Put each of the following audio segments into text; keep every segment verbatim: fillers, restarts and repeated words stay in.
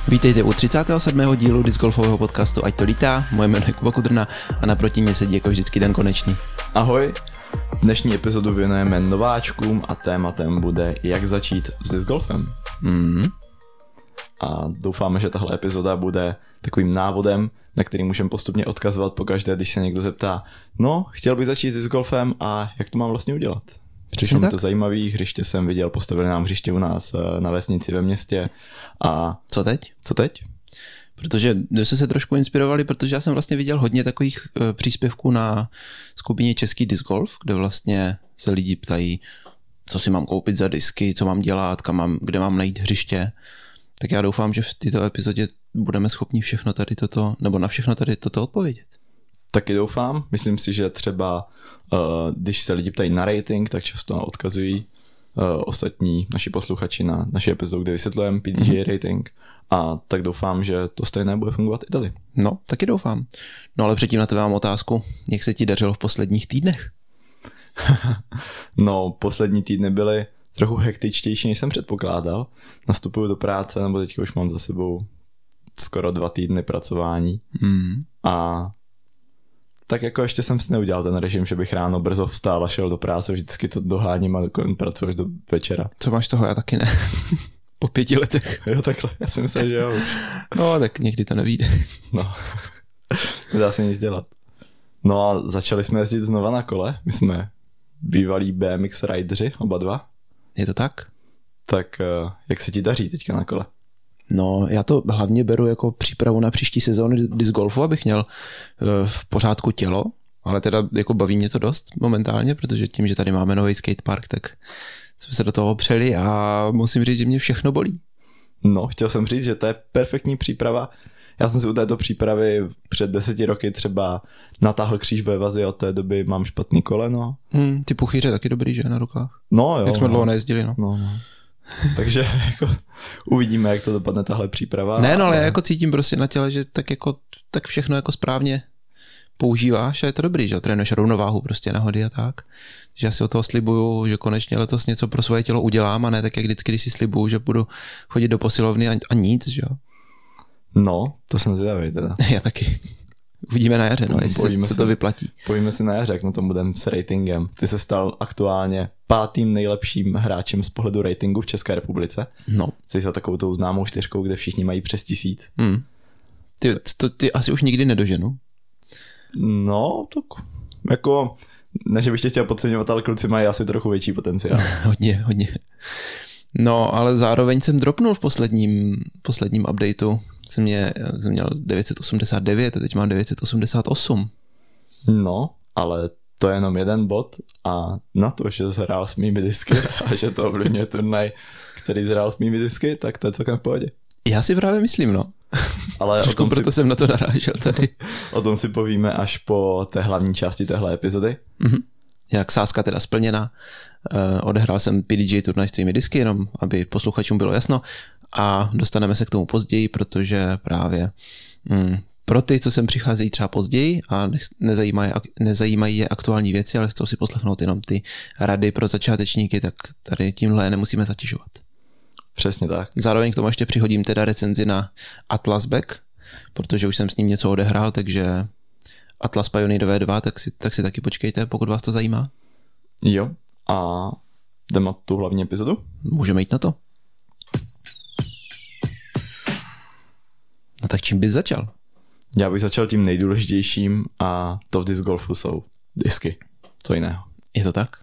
Vítejte u třicátého sedmého dílu discgolfového podcastu Ať to lítá, moje jméno je Kuba Kudrna a naproti mě sedí jako vždycky Dan Konečný. Ahoj, dnešní epizodu věnujeme nováčkům a tématem bude jak začít s discgolfem. Mm-hmm. A doufáme, že tahle epizoda bude takovým návodem, na který můžeme postupně odkazovat pokaždé, když se někdo zeptá, no, chtěl bych začít s discgolfem a jak to mám vlastně udělat. Přišlo mi to zajímavý, hřiště jsem viděl, postavili nám hřiště u nás na vesnici ve městě a... Co teď? Co teď? Protože my jsme se trošku inspirovali, protože já jsem vlastně viděl hodně takových uh, příspěvků na skupině Český disc golf, kde vlastně se lidi ptají, co si mám koupit za disky, co mám dělat, kam mám, kde mám najít hřiště. Tak já doufám, že v této epizodě budeme schopni všechno tady toto, nebo na všechno tady toto odpovědět. Taky doufám. Myslím si, že třeba uh, když se lidi ptají na rating, tak často odkazují uh, ostatní naši posluchači na naši epizodu, kde vysvětlujeme P D G A mm-hmm. rating. A tak doufám, že to stejné bude fungovat i tady. No, taky doufám. No ale předtím na tebe mám otázku, jak se ti dařilo v posledních týdnech? No, poslední týdny byly trochu hektičtější, než jsem předpokládal. Nastupuju do práce, nebo teďka už mám za sebou skoro dva týdny pracování. Mm. A tak jako ještě jsem si neudělal ten režim, že bych ráno brzo vstál a šel do práce, vždycky to doháním a pracuji až do večera. Co máš toho? Já taky ne. Po pěti letech. Jo, takhle. Já si myslel, že jo. No, tak někdy to nevyjde. No, nedá se nic dělat. No a začali jsme jezdit znova na kole. My jsme bývalí B M X rideři, oba dva. Je to tak? Tak jak se ti daří teďka na kole? No, já to hlavně beru jako přípravu na příští sezónu disc golfu, abych měl v pořádku tělo, ale teda jako baví mě to dost momentálně, protože tím, že tady máme nový skatepark, tak jsme se do toho opřeli a musím říct, že mě všechno bolí. No, chtěl jsem říct, že to je perfektní příprava. Já jsem si u této přípravy před deseti roky třeba natáhl kříž ve vazy, od té doby mám špatný koleno. Hmm, ty puchýře taky dobrý, že na rukách? No jo. Jak jsme no. dlouho nejezdili, no. no, no. Takže jako uvidíme, jak to dopadne tahle příprava. Ne, no ale já jako cítím prostě na těle, že tak jako tak všechno jako správně používáš a je to dobrý, že trénuješ rovnováhu prostě na hody a tak. Že já si od toho slibuju, že konečně letos něco pro svoje tělo udělám a ne tak jak vždycky, když si slibuju, že budu chodit do posilovny a, a nic, že jo. No, to jsem zvědavý teda. Já taky. Uvidíme na jaře, no, jestli se, se to vyplatí. Pojďme si na jaře, jak na tom budeme s ratingem. Ty se stal aktuálně pátým nejlepším hráčem z pohledu ratingu v České republice. No. Jsi za takovou tou známou čtyřkou, kde všichni mají přes tisíc. Hmm. Ty, to, ty asi už nikdy nedoženu. No, tak jako, ne, že bych tě chtěl podceňovat, ale kluci mají asi trochu větší potenciál. hodně, hodně. No, ale zároveň jsem dropnul v posledním, posledním updateu. Jsem, mě, jsem měl devět set osmdesát devět a teď mám devět set osmdesát osm. No, ale to je jenom jeden bod a na to, že zhrál s mými disky a že to ovlivňuje turnaj, který zhrál s mými disky, tak to je celkem v pohodě. Já si právě myslím, no. Ale Trošku o tom proto si, jsem na to narážel tady. O tom si povíme až po té hlavní části téhle epizody. Mm-hmm. Jinak sázka teda splněna. Uh, odehrál jsem P D G A turnaj s tvými disky, jenom aby posluchačům bylo jasno. A dostaneme se k tomu později, protože právě mm, pro ty, co sem přicházejí třeba později a nezajímají, nezajímají je aktuální věci, ale chcou si poslechnout jenom ty rady pro začátečníky, tak tady tímhle nemusíme zatěžovat. Přesně tak. Zároveň k tomu ještě přihodím teda recenzi na Atlas Back, protože už jsem s ním něco odehrál, takže Atlas Pioneer V dva, tak si, tak si taky počkejte, pokud vás to zajímá. Jo, a jdeme na tu hlavní epizodu? Můžeme jít na to. No tak čím bys začal? Já bych začal tím nejdůležitějším a to v disc golfu jsou disky. Co jiného. Je to tak?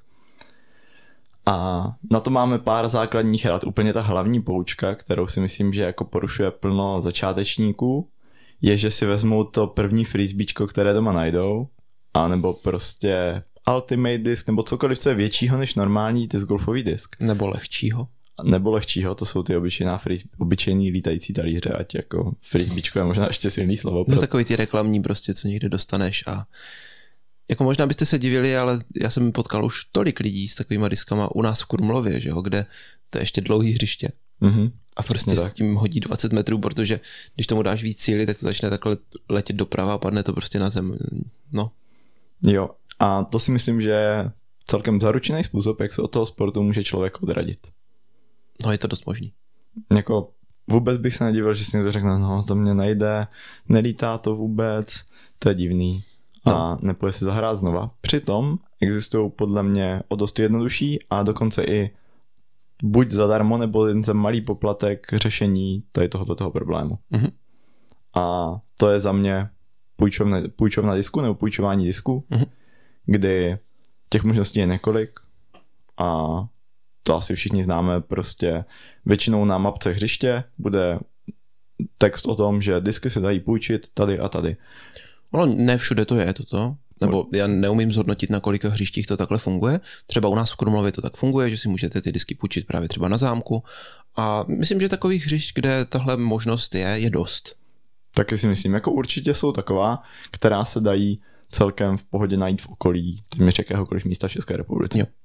A na to máme pár základních rad. Úplně ta hlavní poučka, kterou si myslím, že jako porušuje plno začátečníků, je, že si vezmou to první frisbeečko, které doma najdou, anebo prostě ultimate disk, nebo cokoliv, co je většího než normální disc golfový disk. Nebo lehčího. Nebo lehčího, to jsou ty obyčejná fris, obyčejný lítající talíře, ať jako frisbeečko je možná ještě silný slovo. No takový ty reklamní prostě, co někde dostaneš a jako možná byste se divili, ale já jsem potkal už tolik lidí s takovýma diskama u nás v Krumlově, že jo, kde to je ještě dlouhý hřiště. Mm-hmm. A prostě s tím hodí dvacet metrů, protože když tomu dáš víc síly, tak to začne takhle letět doprava a padne to prostě na zem. No. Jo, a to si myslím, že je celkem zaručený způsob, jak se od toho sportu může člověk odradit. No je to dost možný. Jako vůbec bych se nedivil, že si někdo řekne, no to mě nejde, nelítá to vůbec, to je divný. No. A nepůjde si zahrát znova. Přitom existují podle mě o dost jednodušší a dokonce i buď zadarmo, nebo jen za malý poplatek řešení tady tohoto toho problému. Mm-hmm. A to je za mě půjčovna, půjčovna disku nebo půjčování disku, mm-hmm. kdy těch možností je několik a to asi všichni známe, prostě většinou na mapce hřiště bude text o tom, že disky se dají půjčit tady a tady. No, ne všude to je toto, nebo já neumím zhodnotit, na kolika hřištích to takhle funguje. Třeba u nás v Krumlově to tak funguje, že si můžete ty disky půjčit právě třeba na zámku a myslím, že takových hřišť, kde tahle možnost je, je dost. Taky si myslím, jako určitě jsou taková, která se dají celkem v pohodě najít v okolí, téměř jakéhokoliv místa v České republice. Jo.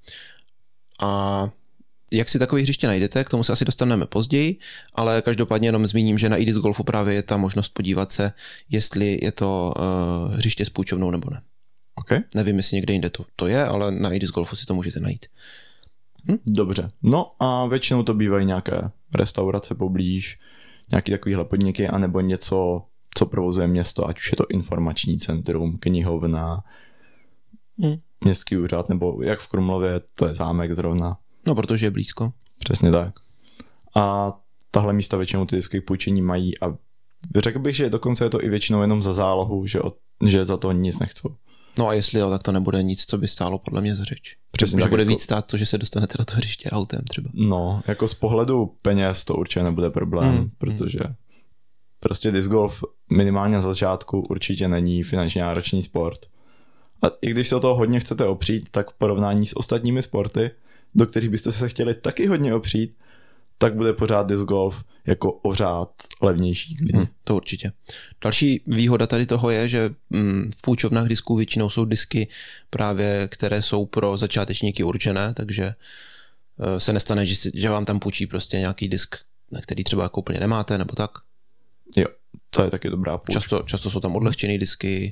A jak si takový hřiště najdete, k tomu se asi dostaneme později, ale každopádně jenom zmíním, že na iDisc Golfu právě je ta možnost podívat se, jestli je to uh, hřiště s půjčovnou nebo ne. Okay. Nevím, jestli někde jinde to, to je, ale na iDisc Golfu si to můžete najít. Hm? Dobře. No a většinou to bývají nějaké restaurace poblíž, nějaký takovýhle podniky, anebo něco, co provozuje město, ať už je to informační centrum, knihovna, hm. městský úřad, nebo jak v Krumlově, to je zámek zrovna. No, protože je blízko. Přesně tak. A tahle místa většinou ty disky půjčení mají a řekl bych, že dokonce je to i většinou jenom za zálohu, že, od, že za to nic nechcou. No a jestli jo, tak to nebude nic, co by stálo podle mě za řeč. Přesně, že bude jako, víc stát to, že se dostanete na to hřiště autem třeba. No, jako z pohledu peněz to určitě nebude problém, hmm. protože prostě disc golf minimálně na začátku určitě není finančně náročný sport. A i když se o toho hodně chcete opřít, tak v porovnání s ostatními sporty, do kterých byste se chtěli taky hodně opřít, tak bude pořád disc golf jako o řád levnější. Hmm, to určitě. Další výhoda tady toho je, že mm, v půjčovnách disků většinou jsou disky právě, které jsou pro začátečníky určené, takže uh, se nestane, že, si, že vám tam půjčí prostě nějaký disk, na který třeba jako úplně nemáte, nebo tak. Jo, to je taky dobrá půjčka. Často, často jsou tam odlehčené disky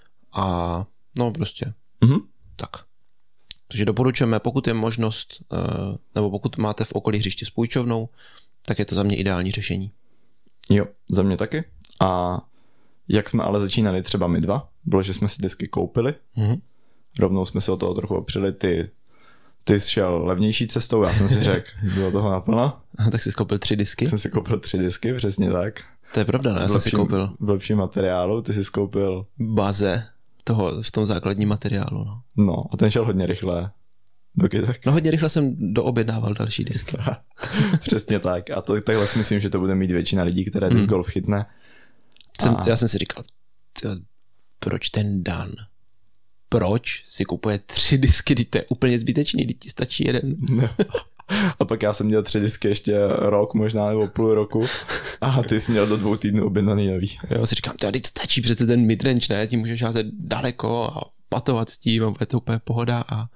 a no prostě. Mhm. Tak. Takže doporučujeme, pokud je možnost, nebo pokud máte v okolí hřiště s půjčovnou, tak je to za mě ideální řešení. Jo, za mě taky. A jak jsme ale začínali třeba my dva, bylo, že jsme si disky koupili, mm-hmm. rovnou jsme se o toho trochu opřeli, ty, ty jsi šel levnější cestou, já jsem si řekl, bylo toho naplno. A tak jsi koupil tři disky? Jsem si koupil tři disky, přesně tak. To je pravda, ne? Já jsem si koupil v lepším materiálu, ty jsi koupil baze toho, v tom základním materiálu. No, no a ten šel hodně rychle. Doky tak. No hodně rychle jsem doobjednával další disky. Přesně tak. A to, takhle si myslím, že to bude mít většina lidí, které disc golf chytne. Jsem, a... Já jsem si říkal, tě, proč ten Dan? Proč si kupuje tři disky, když to je úplně zbytečný, když ti stačí jeden. No. A pak já jsem měl tři disky ještě rok možná, nebo půl roku a ty jsi měl do dvou týdnů objednaný nový. Já si říkám, teď stačí přece ten midrange, ne? Tím můžeš házet daleko a patovat s tím a bude to úplně pohoda a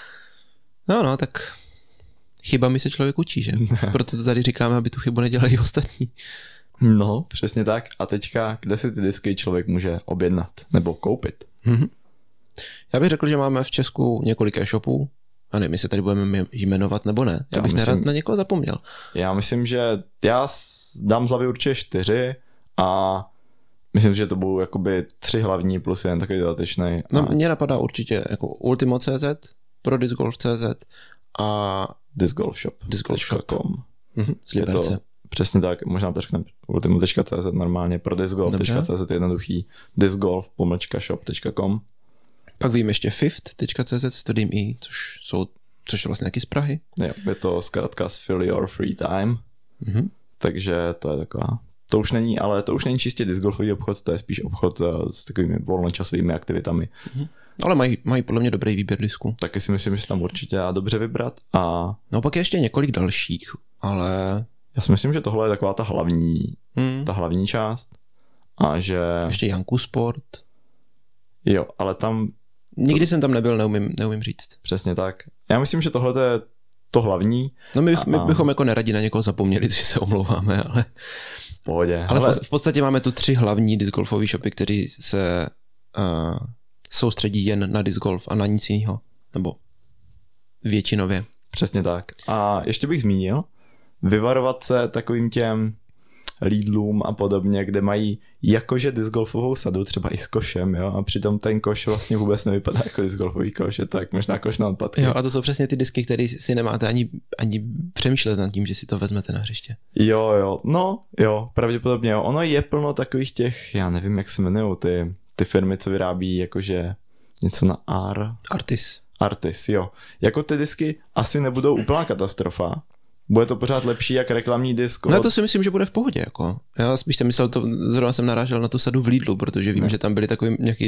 no, no, tak chybami se člověk učí, že? Proto to tady říkáme, aby tu chybu nedělali i ostatní. No, přesně tak. A teďka, kde si ty disky člověk může objednat nebo koupit? Mm-hmm. Já bych řekl, že máme v Česku několik e-shopů. A nevím, jestli tady budeme jmenovat nebo ne. Já bych já myslím, nerad na někoho zapomněl. Já myslím, že já dám z hlavy určitě čtyři a myslím, že to budou jakoby tři hlavní plus jeden takový dodatečný. A... No, mně napadá určitě jako Ultimo tečka cé zet, pro discgolf tečka cé zet a discgolfshop. discgolfshop. Mhm, z Liberce. To, přesně tak, možná to řekneme ultimo tečka cé zet normálně, pro discgolf tečka cé zet jednoduchý, discgolf pomlčka shop tečka com. Pak vím ještě fifth tečka cé zet, studím i, což jsou, což je vlastně nějaký z Prahy. Jo, je to zkrátka z Fill Your Free Time, mm-hmm. takže to je taková, to už není, ale to už není čistě discgolfový obchod, to je spíš obchod uh, s takovými volnočasovými aktivitami. Mm-hmm. Ale mají, mají podle mě dobrý výběr disků. Taky si myslím, že se tam určitě dá dobře vybrat. A... No pak je ještě několik dalších, ale... Já si myslím, že tohle je taková ta hlavní, mm. ta hlavní část. A že... Ještě Janku Sport. Jo, ale tam... Nikdy to... jsem tam nebyl, neumím, neumím říct. Přesně tak. Já myslím, že tohle je to hlavní. No my, a... my bychom jako neradi na někoho zapomněli, že se omlouváme, ale... V pohodě. Ale, ale... v podstatě máme tu tři hlavní discgolfové shopy, kteří se... Uh... soustředí jen na disc golf a na nic jiného. Nebo většinově. Přesně tak. A ještě bych zmínil, vyvarovat se takovým těm Lidlům a podobně, kde mají jakože discgolfovou sadu, třeba i s košem, jo, a přitom ten koš vlastně vůbec nevypadá jako discgolfový koš, je to jak možná koš na odpadky. Jo, a to jsou přesně ty disky, které si nemáte ani, ani přemýšlet nad tím, že si to vezmete na hřiště. Jo, jo, no, jo, pravděpodobně jo. Ono je plno takových těch, já nevím, jak se jmenují ty, ty firmy, co vyrábí jakože něco na R. Artis. Artis, jo. Jako ty disky asi nebudou úplná katastrofa. Bude to pořád lepší jak reklamní disk. No to si myslím, že bude v pohodě. Jako. Já spíš jsem myslel, to, zrovna jsem narážel na tu sadu v Lidlu, protože vím, ne. že tam byly takový nějaký,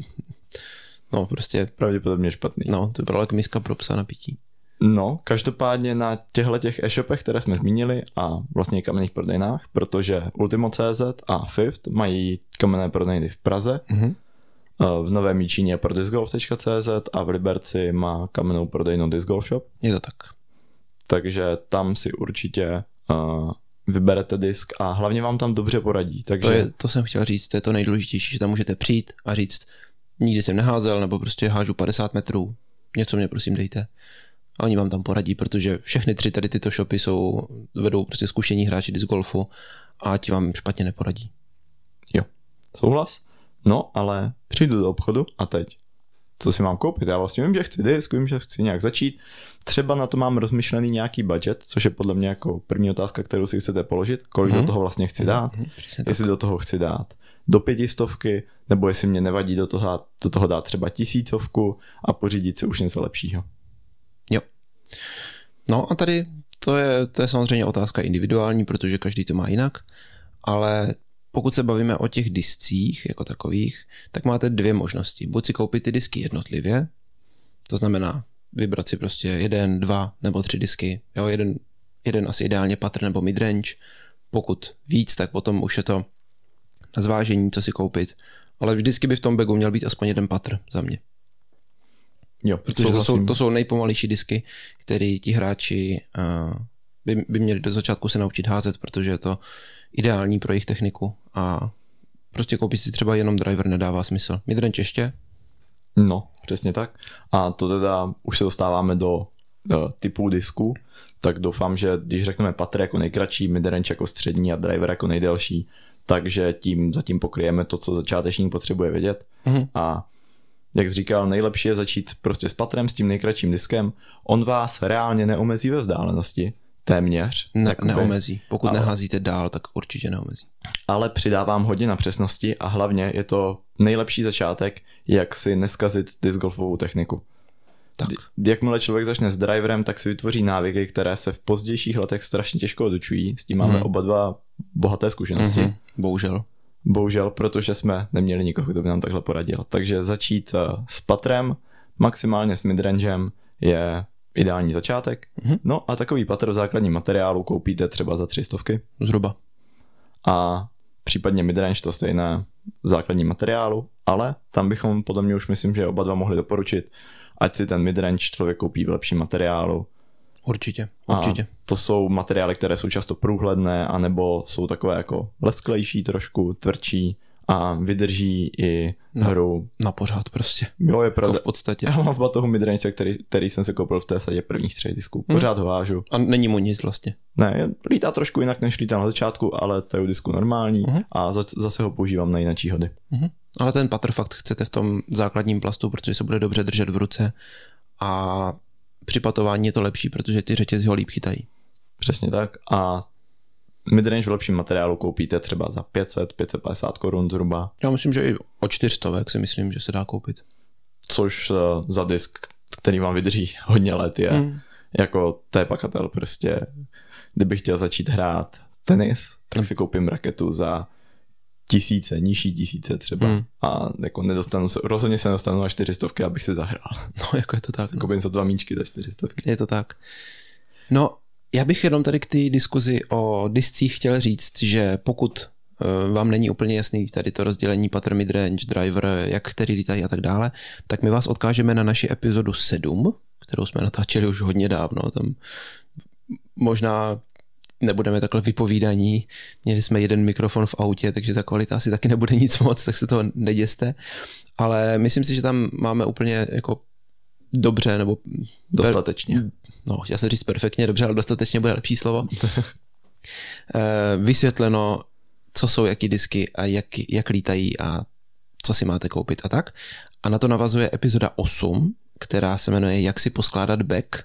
no prostě. Pravděpodobně špatný. No, to byla jako miska pro psa na pití. No, každopádně na těchto těch e-shopech, které jsme zmínili a vlastně kamenných prodejnách, protože Ultimo tečka cé zet a Fifth mají kamenné prodejny v Praze, mm-hmm. v Novém Jičíně pro discgolf tečka cé zet a v Liberci má kamennou prodejnu Disc Golf Shop. Je to tak. Takže tam si určitě uh, vyberete disk a hlavně vám tam dobře poradí. Takže... To, je, to jsem chtěl říct, to je to nejdůležitější, že tam můžete přijít a říct, nikdy jsem neházel, nebo prostě hážu padesát metrů, něco mě prosím dejte. A oni vám tam poradí, protože všechny tři tady tyto shopy jsou, vedou prostě zkušení hráči disc golfu a ti vám špatně neporadí. Jo, souhlas. No, ale přijdu do obchodu a teď, co si mám koupit? Já vlastně vím, že chci disk, vím, že chci nějak začít. Třeba na to mám rozmyšlený nějaký budget, což je podle mě jako první otázka, kterou si chcete položit. Kolik mm. do toho vlastně chci dát? Mm, jestli do toho chci dát do pětistovky, nebo jestli mě nevadí do toho, do toho dát třeba tisícovku a pořídit si už něco lepšího. Jo. No a tady to je, to je samozřejmě otázka individuální, protože každý to má jinak, ale pokud se bavíme o těch discích jako takových, tak máte dvě možnosti. Buď si koupit ty disky jednotlivě, to znamená vybrat si prostě jeden, dva nebo tři disky. Jo, jeden, jeden asi ideálně patr nebo midrange. Pokud víc, tak potom už je to na zvážení, co si koupit. Ale vždycky by v tom bagu měl být aspoň jeden patr za mě. Jo, protože to jsou, to jsou nejpomalejší disky, které ti hráči uh, by, by měli do začátku se naučit házet, protože je to ideální pro jejich techniku a prostě koupit si třeba jenom driver nedává smysl. Midrange ještě? No, přesně tak. A to teda už se dostáváme do uh, typů disku, tak doufám, že když řekneme patr jako nejkratší, midrange jako střední a driver jako nejdelší, takže tím zatím pokryjeme to, co začátečník potřebuje vědět. Mm-hmm. A jak jsi říkal, nejlepší je začít prostě s patrem, s tím nejkratším diskem. On vás reálně neomezí ve vzdálenosti, téměř. Ne, neomezí. Pokud ale, neházíte dál, tak určitě neomezí. Ale přidávám hodně na přesnosti a hlavně je to nejlepší začátek, jak si neskazit discgolfovou techniku. Tak. Jakmile člověk začne s driverem, tak si vytvoří návyky, které se v pozdějších letech strašně těžko odučují. S tím máme mm. oba dva bohaté zkušenosti. Mm-hmm. Bohužel. Bohužel, protože jsme neměli nikoho, kdo by nám takhle poradil. Takže začít s patrem, maximálně s midrangem je ideální začátek. Mm-hmm. No a takový patr v základním materiálu koupíte třeba za tři stovky. Zhruba. A případně midrange to stejné v základním materiálu, ale tam bychom podle mě už myslím, že oba dva mohli doporučit, ať si ten midrange člověk koupí v lepším materiálu. Určitě, určitě. A to jsou materiály, které jsou často průhledné, anebo jsou takové jako lesklejší trošku, tvrdší a vydrží i hru. Na, na pořád prostě. Jo, je pravda. Jako v podstatě. Já mám v batohu midrange, který, který jsem si koupil v té sadě prvních třech disků. Pořád hmm. ho vážu. A není mu nic vlastně. Ne, lítá trošku jinak, než lítá na začátku, ale to je u disku normální uh-huh. a zase ho používám na jináčí hody. Uh-huh. Ale ten patr fakt chcete v tom základním plastu, protože se bude dobře držet v ruce a při patování je to lepší, protože ty řetězy ho líp chytají. Přesně tak. A midrange v lepším materiálu koupíte třeba za pět set, pět set padesát korun zhruba. Já myslím, že i o čtyři stovek si myslím, že se dá koupit. Což uh, za disk, který vám vydrží hodně let, je hmm. jako to je pakatel prostě. Kdybych chtěl začít hrát tenis, tak si koupím raketu za tisíce, nižší tisíce třeba. Hmm. A jako nedostanu se, rozhodně se nedostanu na čtyřistovky, abych si zahrál. No, jako je to tak. Koupím no. za dva míčky za čtyřistovky. Je to tak. No, já bych jenom tady k té diskuzi o discích chtěl říct, že pokud uh, vám není úplně jasný tady to rozdělení patr, midrange, driver, jak který lítají a tak dále, tak my vás odkážeme na naši epizodu sedm, kterou jsme natáčeli už hodně dávno. Tam možná nebudeme takhle vypovídaní. Měli jsme jeden mikrofon v autě, takže ta kvalita asi taky nebude nic moc, tak se toho neděste. Ale myslím si, že tam máme úplně jako dobře, nebo dostatečně. No, chtěl jsem říct perfektně, dobře, ale dostatečně bude lepší slovo. vysvětleno, co jsou jaký disky a jak, jak lítají a co si máte koupit a tak. A na to navazuje epizoda osm, která se jmenuje Jak si poskládat back.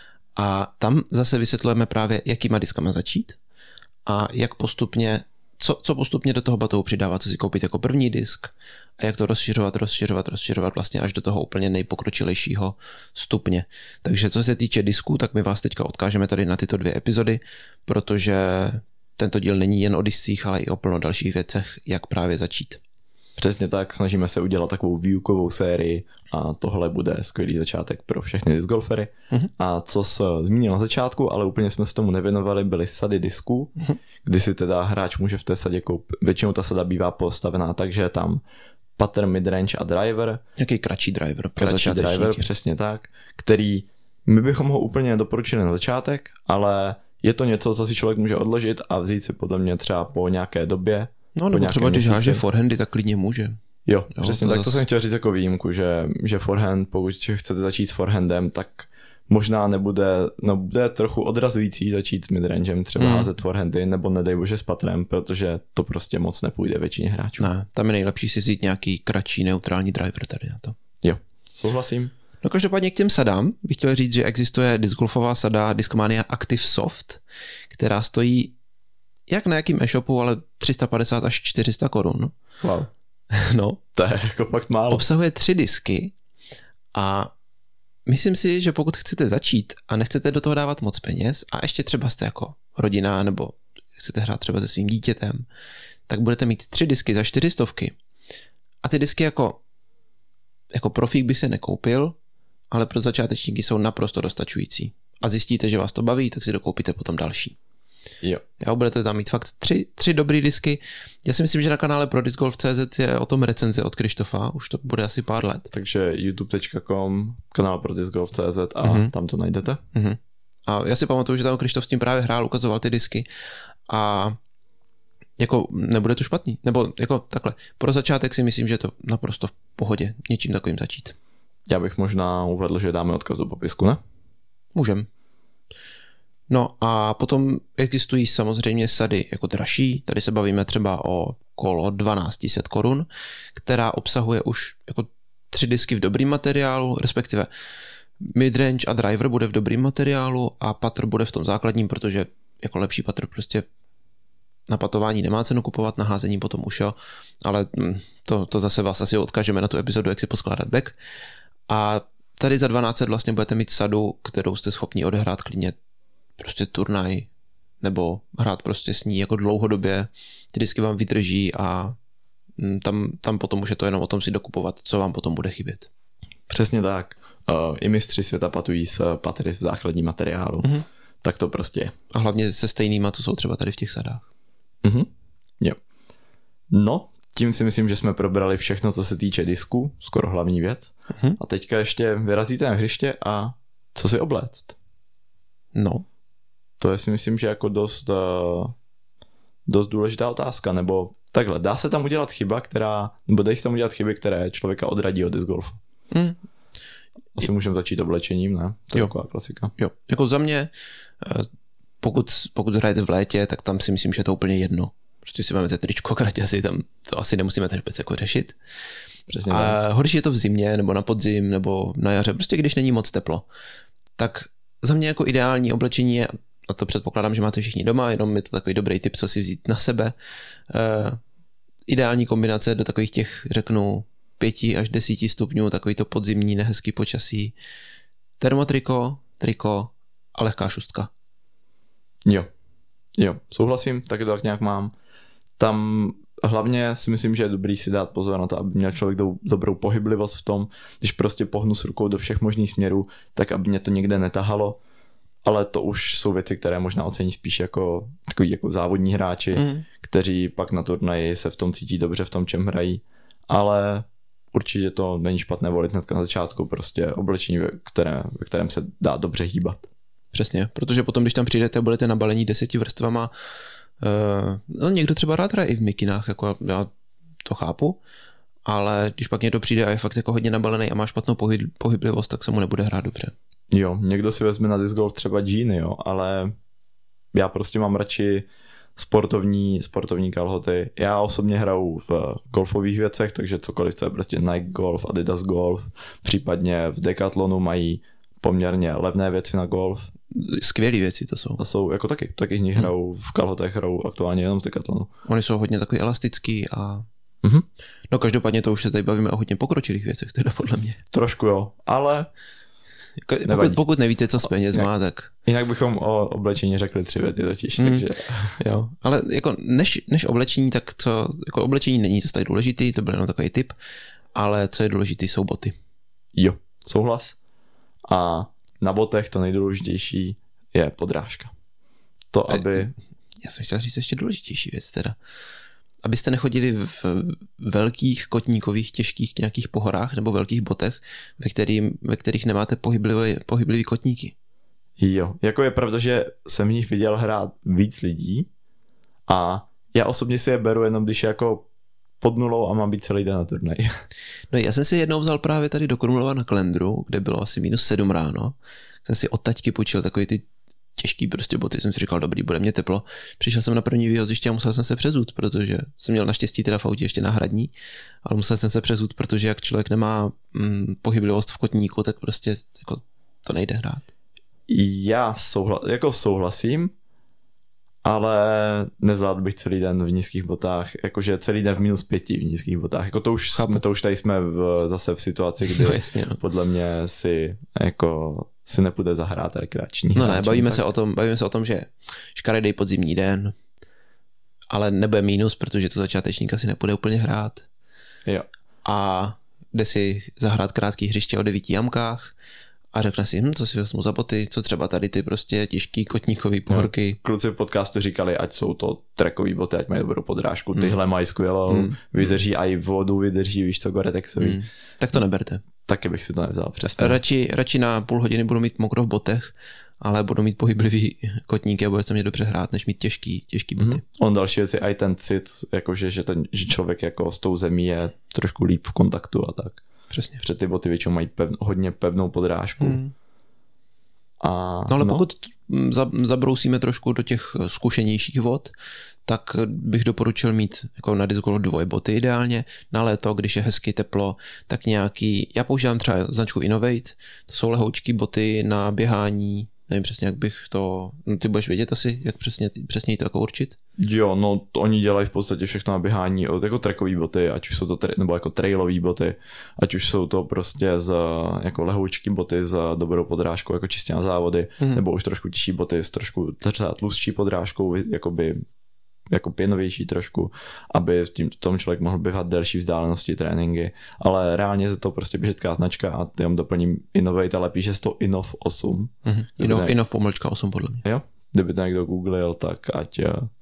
A tam zase vysvětlujeme právě, jakýma diskama začít a jak postupně, co, co postupně do toho batohu přidávat, co si koupit jako první disk a jak to rozšiřovat, rozšiřovat, rozšiřovat vlastně až do toho úplně nejpokročilejšího stupně. Takže co se týče disků, tak my vás teďka odkážeme tady na tyto dvě epizody, protože tento díl není jen o discích, ale i o plno dalších věcech, jak právě začít. Přesně tak, snažíme se udělat takovou výukovou sérii a tohle bude skvělý začátek pro všechny discgolfery. Mm-hmm. A co jsi zmínil na začátku, ale úplně jsme se tomu nevěnovali, byly sady disků, mm-hmm. kdy si teda hráč může v té sadě koupit. Většinou ta sada bývá postavená tak, že je tam putter, midrange a driver. Jaký kratší driver pro Kratší driver, přesně tak, který my bychom ho úplně doporučili na začátek, ale je to něco, co si člověk může odložit a vzít si podle mě třeba po nějaké době. No, nebo třeba když háže forehandy, tak klidně může. Jo, jo přesně, to tak zas... to jsem chtěl říct jako výjimku, že, že forehand, pokud chcete začít s forehandem, tak možná nebude, no bude trochu odrazující začít s midrangem, třeba mm. házet forehandy, nebo nedej bože s patrem, protože to prostě moc nepůjde většině hráčů. Ne, tam je nejlepší si vzít nějaký kratší neutrální driver tady na to. Jo, souhlasím. No každopádně k těm sadám bych chtěl říct, že existuje discgolfová sada Discmania Active Soft, která stojí jak na jakým e-shopu, ale tři sta padesát až čtyři sta korun. Wow. No. To je jako fakt málo. Obsahuje tři disky a myslím si, že pokud chcete začít a nechcete do toho dávat moc peněz a ještě třeba jste jako rodina nebo chcete hrát třeba se svým dítětem, tak budete mít tři disky za čtyři stovky. A ty disky jako, jako profík by se nekoupil, ale pro začátečníky jsou naprosto dostačující. A zjistíte, že vás to baví, tak si dokoupíte potom další. Jo. Jo, budete tam mít fakt tři, tři dobrý disky. Já si myslím, že na kanále pro discgolf tečka cé zet je o tom recenze od Krištofa, už to bude asi pár let. Takže youtube tečka com, kanál pro discgolf tečka cé zet a mm-hmm. tam to najdete. Mm-hmm. A já si pamatuju, že tam Krištof s tím právě hrál, ukazoval ty disky a jako nebude to špatný. Nebo jako takhle, pro začátek si myslím, že je to naprosto v pohodě něčím takovým začít. Já bych možná uvedl, že dáme odkaz do popisku, ne? Můžem. No a potom existují samozřejmě sady jako dražší, tady se bavíme třeba o kolo dvanáct set korun, která obsahuje už jako tři disky v dobrým materiálu, respektive midrange a driver bude v dobrým materiálu a putter bude v tom základním, protože jako lepší putter prostě na patování nemá cenu kupovat, na házení potom už jo, ale to, to zase vás asi odkážeme na tu epizodu, jak si poskládat back. A tady za dvanáct set vlastně budete mít sadu, kterou jste schopni odehrát klidně prostě turnaj, nebo hrát prostě s ní jako dlouhodobě, ty disky vám vydrží a tam, tam potom už je to jenom o tom si dokupovat, co vám potom bude chybět. Přesně tak. Uh, I mistři světa patují s patry v základním materiálu. Mm-hmm. Tak to prostě je. A hlavně se stejnýma, co jsou třeba tady v těch sadách. Mm-hmm. Jo. No, tím si myslím, že jsme probrali všechno, co se týče disku, skoro hlavní věc. Mm-hmm. A teďka ještě vyrazíte na hřiště a co si obléct? No. To je si myslím, že jako dost, uh, dost důležitá otázka, nebo takhle, dá se tam udělat chyba, která, nebo dají se tam udělat chyby, které člověka odradí od discgolfu. Mm. Asi můžeme začít oblečením, ne? To je jo. Taková klasika. Jo, jako za mě, pokud, pokud hrajete v létě, tak tam si myslím, že je to úplně jedno. Prostě si vezmete tričko, kraťasy, tam to asi nemusíme ten vůbec jako řešit. Přesně a tak. Horší je to v zimě, nebo na podzim, nebo na jaře, prostě když není moc teplo. Tak za mě jako ideální oblečení je, a to předpokládám, že máte všichni doma, jenom je to takový dobrý tip, co si vzít na sebe. Uh, ideální kombinace do takových těch, řeknu, pěti až desíti stupňů, takový to podzimní nehezký počasí. Termotriko, triko a lehká šustka. Jo, jo, souhlasím, taky to tak nějak mám. Tam hlavně si myslím, že je dobrý si dát pozor na to, aby měl člověk do, dobrou pohyblivost v tom, když prostě pohnu s rukou do všech možných směrů, tak aby mě to nikde netahalo. Ale to už jsou věci, které možná ocení spíš jako takový jako závodní hráči, mm. kteří pak na turnaji se v tom cítí dobře v tom, čem hrají. Ale určitě to není špatné volit hnedka na začátku, prostě oblečení, ve, které, ve kterém se dá dobře hýbat. Přesně, protože potom, když tam přijdete a budete nabalení deseti vrstvama, uh, no někdo třeba rád hraje i v mikinách, jako já to chápu, ale když pak někdo přijde a je fakt jako hodně nabalený a má špatnou pohyb, pohyblivost, tak se mu nebude hrát dobře. Jo, někdo si vezme na disc golf třeba džíny, jo, ale já prostě mám radši sportovní, sportovní kalhoty. Já osobně hraju v golfových věcech, takže cokoliv, co je prostě Nike Golf, Adidas Golf, případně v Decathlonu mají poměrně levné věci na golf. Skvělé věci to jsou. To jsou, jako taky, taky z nich hmm. hrajou, v kalhotech hrajou aktuálně jenom v Decathlonu. Oni jsou hodně takový elastický a... Mm-hmm. No každopádně to už se tady bavíme o hodně pokročilých věcech, teda podle mě. Trošku jo, ale... Pokud, pokud nevíte, co s penězma, tak... Jinak bychom o oblečení řekli tři věty totiž, mm. takže... Jo, ale jako než, než oblečení, tak co... Jako oblečení není to tak důležitý, to byl jenom takový tip, ale co je důležitý, jsou boty. Jo, souhlas. A na botech to nejdůležitější je podrážka. To, aby... Já jsem chtěl říct ještě důležitější věc teda. Abyste nechodili v velkých kotníkových těžkých nějakých pohorách nebo velkých botech, ve, který, ve kterých nemáte pohyblivé, pohyblivý kotníky. Jo, jako je pravda, že jsem v nich viděl hrát víc lidí a já osobně si je beru jenom, když je jako pod nulou a mám být celý den na turnaj. No já jsem si jednou vzal právě tady do Krumlova na Klendru, kde bylo asi minus sedm ráno. Jsem si od taťky půjčil takový ty těžký prostě boty, jsem si říkal, dobrý, bude mě teplo. Přišel jsem na první výhoziště a musel jsem se přezut, protože jsem měl naštěstí teda v autě ještě náhradní, ale musel jsem se přezut, protože jak člověk nemá mm, pohyblivost v kotníku, tak prostě jako, to nejde hrát. Já souhla, jako souhlasím, ale nezvládl bych celý den v nízkých botách, jakože celý den v minus pěti v nízkých botách. Jako to už, jsme, to už tady jsme v, zase v situaci, kdy no, jasně, no. podle mě si jako si nepůjde zahrát rekreační. No ne, bavíme se o tom, bavíme se o tom, že škaredej podzimní den, ale nebude mínus, protože to začátečník asi nepůjde úplně hrát. Jo. A jde si zahrát krátký hřiště o devíti jamkách a řekne si, hm, co si vezmu za boty, co třeba tady ty prostě těžký kotníkový pohorky. No, kluci v podcastu říkali, ať jsou to trekový boty, ať mají dobrou podrážku, tyhle mm. mají skvělou, mm. vydrží i vodu, vydrží, víš co, Gore-Texový. Mm. Tak to neberte. Taky bych si to nevzal, přesně. Radši, radši na půl hodiny budu mít mokro v botech, ale budu mít pohyblivý kotníky a bude se mě dobře hrát, než mít těžký, těžký boty. Mm. On další věc je i ten cit, jakože, že, ten, že člověk jako s tou zemí je trošku líp v kontaktu a tak. Přesně. Protože ty boty většinou mají pev, hodně pevnou podrážku. Mm. A, no ale no. pokud zabrousíme trošku do těch zkušenějších vod, tak bych doporučil mít jako na disc golf dvojboty ideálně. Na léto, když je hezky teplo, tak nějaký, já používám třeba značku Innovate, to jsou lehoučký boty na běhání, nevím přesně, jak bych to, no ty budeš vědět asi, jak přesně, přesně to jako určit? Jo, no to oni dělají v podstatě všechno na běhání, od jako trackový boty, ať už jsou to, tra- nebo jako trailový boty, ať už jsou to prostě z, jako lehoučký boty s dobrou podrážkou, jako čistě na závody, hmm. nebo už trošku těžší boty s trošku třeba tlustší podrážkou, jakoby jako pěnovější trošku, aby v tím, tom člověk mohl běhat delší vzdálenosti tréninky, ale reálně je to prostě běžecká značka a jenom doplním Innovate, ale píše se to Innov osm. Mm-hmm. Innov, Innov pomlčka osm podle mě. Jo, kdyby to někdo googlil, tak ať,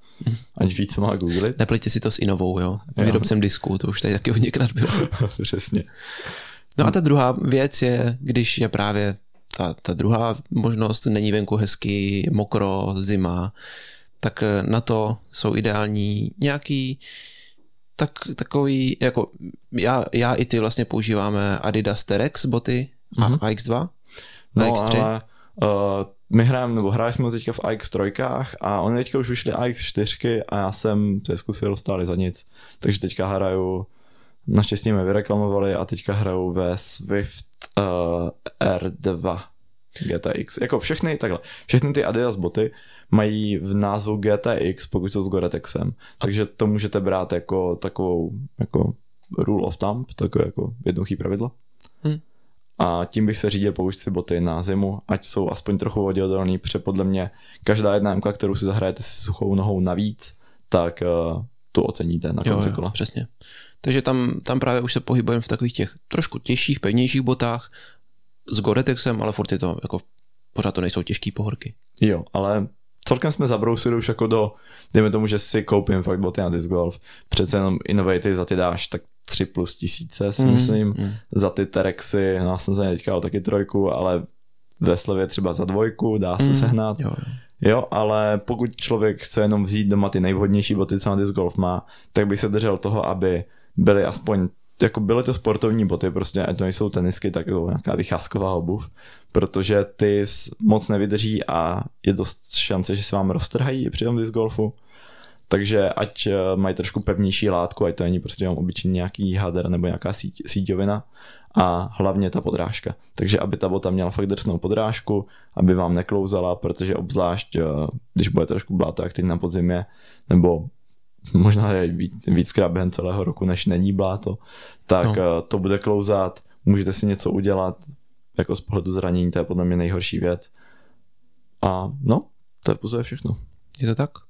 ať ví, co má googlit. Neplejte si to s Innovou, jo, jo. Výrobcem disku, to už tady taky hodněkrát bylo. Přesně. No a ta druhá věc je, když je právě ta, ta druhá možnost, není venku hezky, mokro, zima, tak na to jsou ideální nějaký tak, takový, jako já, já i ty vlastně používáme Adidas Terex boty a mm-hmm. A X dva, no, A X tři. Ale uh, my hrajeme, nebo hráli jsme teďka v A X tři a oni teďka už vyšli A X čtyři a já jsem to zkusil, stáli za nic, takže teďka hraju, naštěstí mě vyreklamovali a teďka hraju ve Swift uh, R dva G T X, jako všechny takhle, všechny ty Adidas boty mají v názvu G T X, pokud jsou s Gore-Texem, takže to můžete brát jako takovou jako rule of thumb, takové jako jednoduché pravidlo. Hmm. A tím bych se řídil, pokud si boty na zimu, ať jsou aspoň trochu voděodolný, protože podle mě každá jedna emka, kterou si zahrajete si suchou nohou navíc, tak uh, tu oceníte na konci kola. Přesně. Takže tam, tam právě už se pohybujeme v takových těch trošku těžších, pevnějších botách s Gore-Texem, ale furt je to jako pořád to nejsou těžké pohorky. Jo, ale celkem jsme zabrousili už jako do, dejme tomu, že si koupím fakt boty na disc golf, přece jenom Innovate za ty dáš tak tři plus tisíce si mm, myslím, mm. za ty Terexy, no já jsem za ně teďka taky trojku, ale ve slevě třeba za dvojku, dá se mm, sehnat. Jo, jo. jo, ale pokud člověk chce jenom vzít doma ty nejvhodnější boty, co na disc golf má, tak bych se držel toho, aby byly aspoň jako byly to sportovní boty, prostě ať to nejsou tenisky, tak to nějaká vycházková obuv, protože ty moc nevydrží a je dost šance, že se vám roztrhají i při tom disc golfu. Takže ať mají trošku pevnější látku, ať to není prostě obyčejný nějaký hader nebo nějaká síť, síťovina a hlavně ta podrážka. Takže aby ta bota měla fakt drsnou podrážku, aby vám neklouzala, protože obzvlášť, když bude trošku bláto, jak teď na podzimě, nebo možná je víc, víckrát během celého roku, než není bláto, tak no. to bude klouzat, můžete si něco udělat, jako z pohledu zranění, to je podle mě nejhorší věc. A no, to je pouze všechno. Je to tak?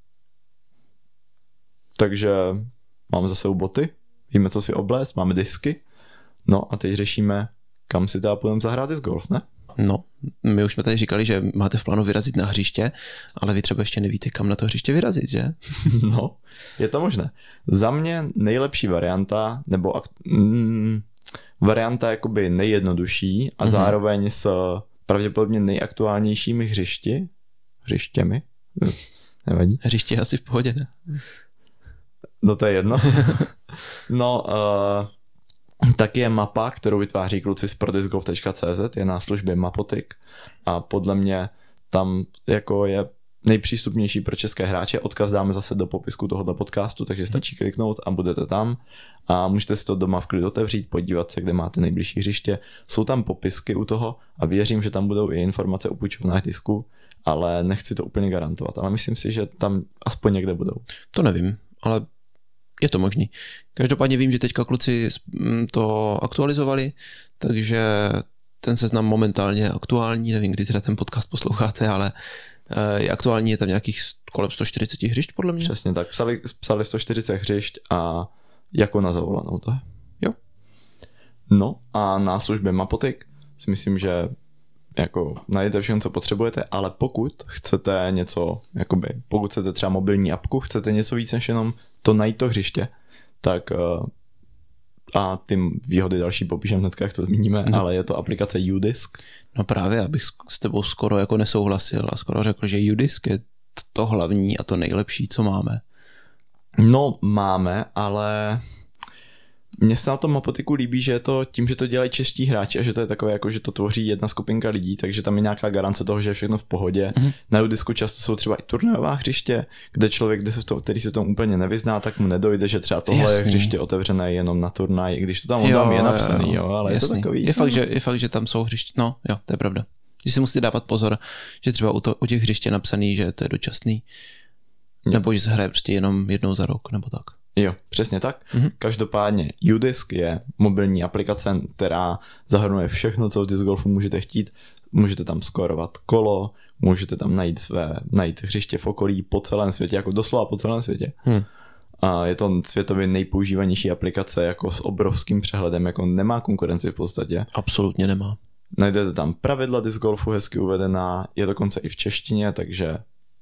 Takže máme zase u boty, víme, co si obléct, máme disky, no a teď řešíme, kam si teda půjdeme zahrát disc golf, ne? No, my už jsme tady říkali, že máte v plánu vyrazit na hřiště, ale vy třeba ještě nevíte, kam na to hřiště vyrazit, že? No, je to možné. Za mě nejlepší varianta, nebo mm, varianta jakoby nejjednodušší a mm-hmm. zároveň s pravděpodobně nejaktuálnějšími hřišti, hřištěmi, nevadí. Hřiště je asi v pohodě, ne? No to je jedno. No, uh, tak je mapa, kterou vytváří kluci z pro disc golf tečka cé zet, je na službě Mapotik a podle mě tam jako je nejpřístupnější pro české hráče. Odkaz dáme zase do popisku tohoto podcastu, takže stačí kliknout a budete tam a můžete si to doma v klidu otevřít, podívat se, kde máte nejbližší hřiště. Jsou tam popisky u toho a věřím, že tam budou i informace o půjčovnách disku, ale nechci to úplně garantovat, ale myslím si, že tam aspoň někde budou. To nevím, ale je to možný. Každopádně vím, že teďka kluci to aktualizovali, takže ten seznam momentálně je aktuální, nevím, kdy teda ten podcast posloucháte, ale je aktuální, je tam nějakých kolem sto čtyřicet hřišť, podle mě. Přesně tak, psali, psali sto čtyřicet hřišť a jako na zavolanou to je. Jo. No a na službě Mapotik si myslím, že jako najdete všechno, co potřebujete, ale pokud chcete něco, jakoby, pokud chcete třeba mobilní apku, chcete něco víc než jenom to najít to hřiště, tak uh, a ty výhody další popíšem hnedka, jak to zmíníme, no. Ale je to aplikace UDisc. No právě, abych s tebou skoro jako nesouhlasil a skoro řekl, že UDisc je to hlavní a to nejlepší, co máme. No máme, ale mně se na tom Mapotiku líbí, že je to tím, že to dělají čeští hráči a že to je takové, jako že to tvoří jedna skupinka lidí, takže tam je nějaká garance toho, že je všechno v pohodě. Mm-hmm. Na UDiscu často jsou třeba i turnajová hřiště, kde člověk, kde se to, který se tomu úplně nevyzná, tak mu nedojde, že třeba tohle Jasný. je hřiště otevřené jenom na turnaj, i když to tam, jo, tam je napsaný, jo, ale Jasný. je to takový. Je fakt, že, je fakt, že tam jsou hřiště, no jo, to je pravda. Že si musíte dávat pozor, že třeba u, to, u těch hřiště je napsaný, že to je dočasný, jo. Nebo že se hraje prostě jenom jednou za rok, nebo tak. Jo, přesně tak. Mm-hmm. Každopádně UDisc je mobilní aplikace, která zahrnuje všechno, co v disc golfu můžete chtít. Můžete tam skórovat kolo, můžete tam najít své, najít hřiště v okolí po celém světě, jako doslova po celém světě. Hmm. A je to světově nejpoužívanější aplikace jako s obrovským přehledem, jako nemá konkurenci v podstatě. Absolutně nemá. Najdete tam pravidla disc golfu hezky uvedená, je dokonce i v češtině, takže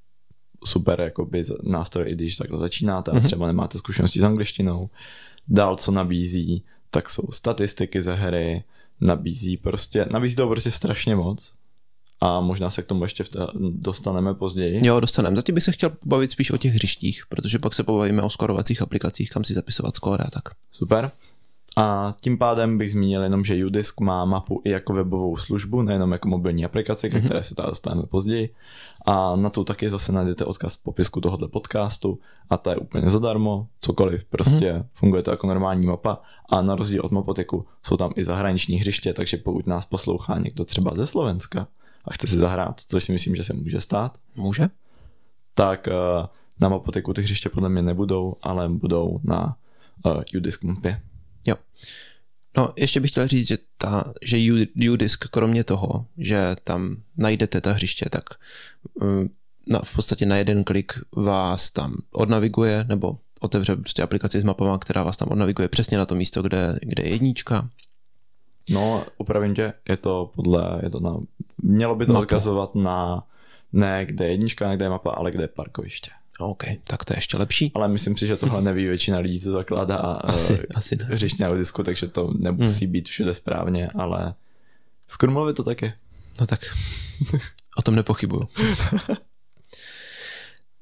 super jakoby nástroj, i když takhle začínáte a třeba nemáte zkušenosti s angličtinou. Dál, co nabízí, tak jsou statistiky ze hry, nabízí prostě, nabízí toho prostě strašně moc a možná se k tomu ještě vta- dostaneme později. Jo, dostaneme. Zatím bych se chtěl pobavit spíš o těch hřištích, protože pak se pobavíme o skórovacích aplikacích, kam si zapisovat skóre a tak. Super. A tím pádem bych zmínil jenom, že UDisc má mapu i jako webovou službu, nejenom jako mobilní aplikaci, ke které se tady dostaneme později. A na to taky zase najdete odkaz v popisku tohoto podcastu a ta je úplně zadarmo, cokoliv, prostě mm-hmm. funguje to jako normální mapa a na rozdíl od Mapotiku jsou tam i zahraniční hřiště, takže pokud nás poslouchá někdo třeba ze Slovenska a chce si zahrát, což si myslím, že se může stát. Může. Tak na Mapotiku ty hřiště podle mě nebudou, ale budou na uh, UDisc mapě. Jo. No, ještě bych chtěl říct, že, ta, že UDisc, kromě toho, že tam najdete ta hřiště, tak na, v podstatě na jeden klik vás tam odnaviguje, nebo otevře prostě aplikaci s mapama, která vás tam odnaviguje přesně na to místo, kde, kde je jednička. No, opravím tě, je to podle, je to na, mělo by to Mapu. Odkazovat na ne kde je jednička, ne kde je mapa, ale kde je parkoviště. OK, tak to je ještě lepší. Ale myslím si, že tohle neví většina lidí, co zakládá asi, uh, asi ne. hřiště na UDiscu, takže to nemusí hmm. být všude správně, ale v Krumlově to tak je. No tak, o tom nepochybuju.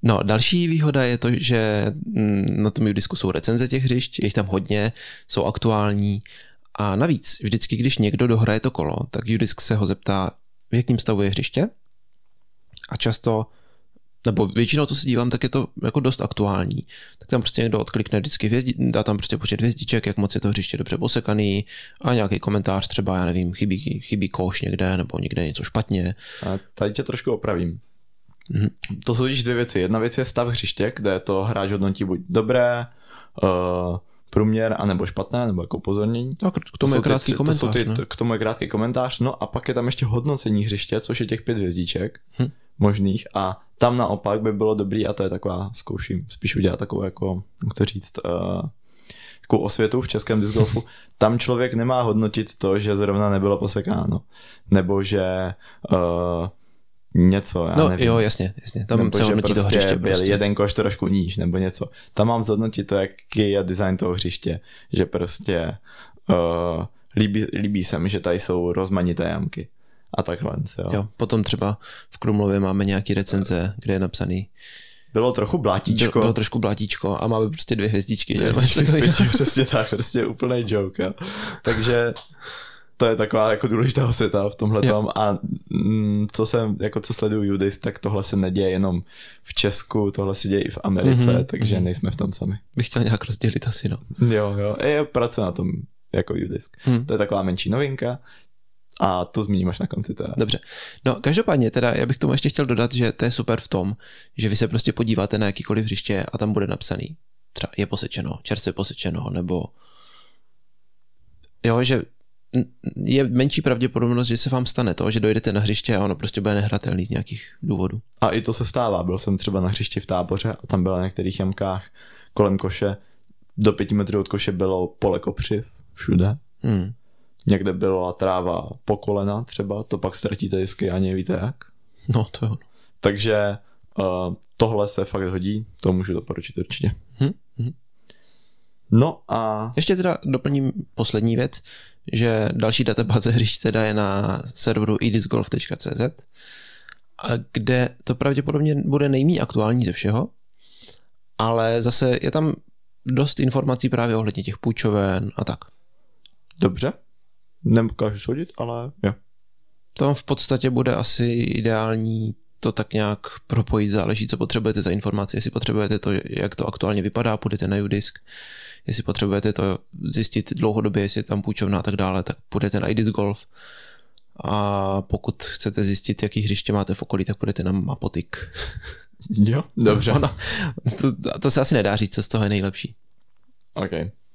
No, další výhoda je to, že na tom Udisku jsou recenze těch hřišť, je jich tam hodně, jsou aktuální a navíc vždycky, když někdo dohraje to kolo, tak Udisk se ho zeptá, v jakým stavu je hřiště a často, nebo většinou to se dívám, tak je to jako dost aktuální. Tak tam prostě někdo odklikne vždycky, hvězdi, dá tam prostě počet hvězdiček, jak moc je to hřiště dobře posekaný a nějaký komentář třeba, já nevím, chybí, chybí koš někde nebo někde něco špatně. A tady tě trošku opravím. Mm-hmm. To jsou totiž dvě věci. Jedna věc je stav hřiště, kde to hráč hodnotí buď dobré, uh, průměr, anebo špatné, nebo jako upozornění. No, k tomu je krátký ty, komentář. To ty, ne? K tomu je krátký komentář, no a pak je tam ještě hodnocení hřiště, což je těch pět hvězdiček hm. možných a tam naopak by bylo dobrý, a to je taková, zkouším spíš udělat takovou jako, jak to říct, uh, takovou osvětu v českém disc golfu. Tam člověk nemá hodnotit to, že zrovna nebylo posekáno, nebo že uh, něco, já no, nevím. jo, jasně, jasně. Tam nebo se hodnotí prostě to hřiště byl prostě. jeden koš trošku níž, nebo něco. Tam mám zhodnotit to, jaký je design toho hřiště, že prostě uh, líbí, líbí se mi, že tady jsou rozmanité jamky a takhle. Jo. jo, potom třeba v Krumlově máme nějaký recenze, kde je napsaný bylo trochu blátíčko. Bylo, bylo trošku blátíčko a máme prostě dvě hvězdičky. Dvě hvězdičky, přesně tak, prostě úplnej joke. Takže to je taková jako důležitá osvěta v tomhletom a mm, co jsem, jako co sleduju Udisk, tak tohle se neděje jenom v Česku, tohle se děje i v Americe, mm-hmm, takže mm-hmm. nejsme v tom sami. Bych chtěl nějak rozdělit asi, no. Jo, jo, já pracuji na tom jako Udisk. Hmm. To je taková menší novinka a to zmíním až na konci teda. Dobře. No každopádně teda já bych tomu ještě chtěl dodat, že to je super v tom, že vy se prostě podíváte na jakýkoliv hřiště a tam bude napsaný třeba je posečeno, čerstvě posečeno, nebo jo, že je menší pravděpodobnost, že se vám stane to, že dojdete na hřiště a ono prostě bude nehratelný z nějakých důvodů. A i to se stává. Byl jsem třeba na hřišti v Táboře a tam byla na některých jamkách kolem koše, do pěti metrů od koše bylo pole kopřiv všude. Hmm. Někde byla tráva po kolena třeba, to pak ztratíte disky ani nevíte jak. No to jo. Takže uh, tohle se fakt hodí, to můžu doporučit určitě. Hmm. Hmm. No a... Ještě teda doplním poslední věc, že další databáze hřišť teda je na serveru i disc golf tečka cé zet, kde to pravděpodobně bude nejméně aktuální ze všeho, ale zase je tam dost informací právě ohledně těch půjčoven a tak. Dobře, nemůžu soudit, ale jo. Tam v podstatě bude asi ideální to tak nějak propojit, záleží, co potřebujete za informaci, jestli potřebujete to, jak to aktuálně vypadá, půjdete na Udisk, jestli potřebujete to zjistit dlouhodobě, jestli je tam půjčovna a tak dále, tak půjdete na iDisc Golf a pokud chcete zjistit, jaký hřiště máte v okolí, tak půjdete na Mapotik. Jo, dobře. Ono, to, to se asi nedá říct, co z toho je nejlepší. OK.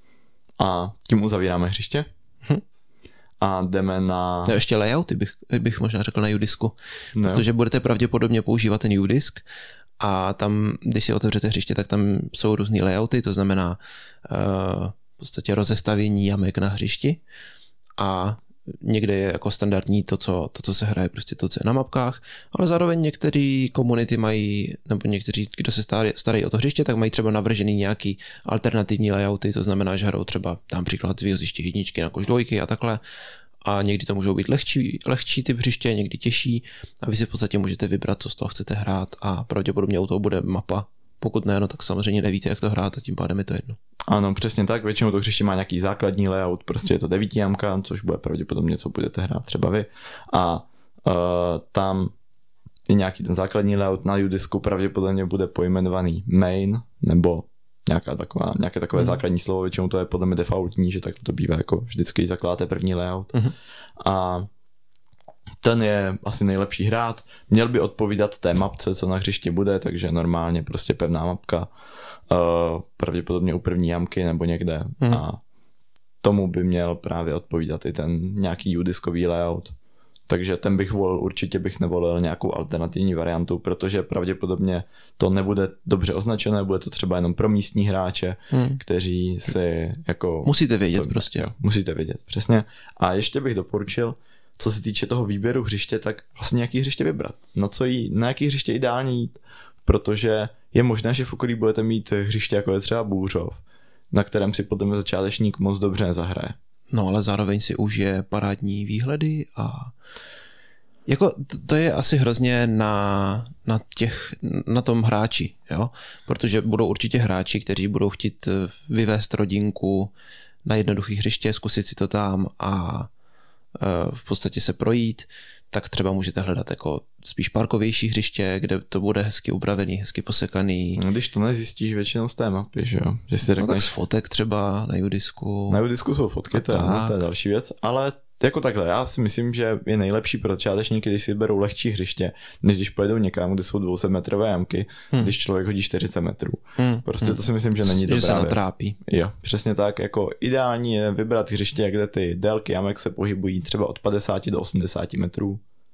A tím uzavíráme hřiště? Hm. A jdeme na... No, ještě layouty bych, bych možná řekl na Udisku, no. Protože budete pravděpodobně používat ten Udisk a tam, když si otevřete hřiště, tak tam jsou různý layouty, to znamená uh, v podstatě rozestavění jamek na hřišti a někde je jako standardní to co, to, co se hraje, prostě to, co je na mapkách, ale zároveň některé komunity mají, nebo někteří, kdo se starají, starají o to hřiště, tak mají třeba navržený nějaký alternativní layouty, to znamená, že hrajou třeba tam příklad z výhoziště jedničky na koš dvojky a takhle a někdy to můžou být lehčí, lehčí typ hřiště, někdy těžší a vy si v podstatě můžete vybrat, co z toho chcete hrát a pravděpodobně u toho bude mapa. Pokud ne, no tak samozřejmě nevíte, jak to hrát a tím pádem je to jedno. Ano, přesně tak, většinou to hřiště má nějaký základní layout, prostě je to devítijamka, což bude pravděpodobně, co budete hrát třeba vy. A uh, tam je nějaký ten základní layout na Udisku, pravděpodobně bude pojmenovaný main, nebo nějaká taková, nějaké takové hmm. základní slovo, většinou to je podle mě defaultní, že tak to bývá jako vždycky zakládáte první layout. Hmm. A ten je asi nejlepší hrát. Měl by odpovídat té mapce, co na hřišti bude, takže normálně prostě pevná mapka, uh, pravděpodobně u první jamky nebo někde. Hmm. A tomu by měl právě odpovídat i ten nějaký udiskový layout. Takže ten bych volil, určitě bych nevolil nějakou alternativní variantu, protože pravděpodobně to nebude dobře označené, bude to třeba jenom pro místní hráče, hmm. kteří si jako... Musíte vědět to, prostě. Jo, musíte vědět, přesně. A ještě bych doporučil, co se týče toho výběru hřiště, tak vlastně jaký hřiště vybrat. Na, co jí, na jaký hřiště ideálně jít, protože je možné, že v okolí budete mít hřiště, jako je třeba Bůřov, na kterém si potom začátečník moc dobře nezahraje. No ale zároveň si užije parádní výhledy a jako to je asi hrozně na, na, těch, na tom hráči, jo? Protože budou určitě hráči, kteří budou chtít vyvést rodinku na jednoduché hřiště, zkusit si to tam a v podstatě se projít, tak třeba můžete hledat jako spíš parkovější hřiště, kde to bude hezky upravený, hezky posekaný. No, když to nezjistíš většinou z té mapy, že jo? Že si řekneš... No tak z fotek třeba na Judisku. Na Judisku jsou fotky, to je, to je další věc, ale jako takhle, já si myslím, že je nejlepší pro začátečníky, když si berou lehčí hřiště, než když pojedou někam, kde jsou dvě stě metrové jamky, hmm. když člověk hodí čtyřicet metrů. Hmm. Prostě hmm. to si myslím, že není dobrá věc. Že se věc. natrápí. Jo, přesně tak, jako ideální je vybrat hřiště, kde ty délky jamek se pohybují třeba od padesát do osmdesáti metrů.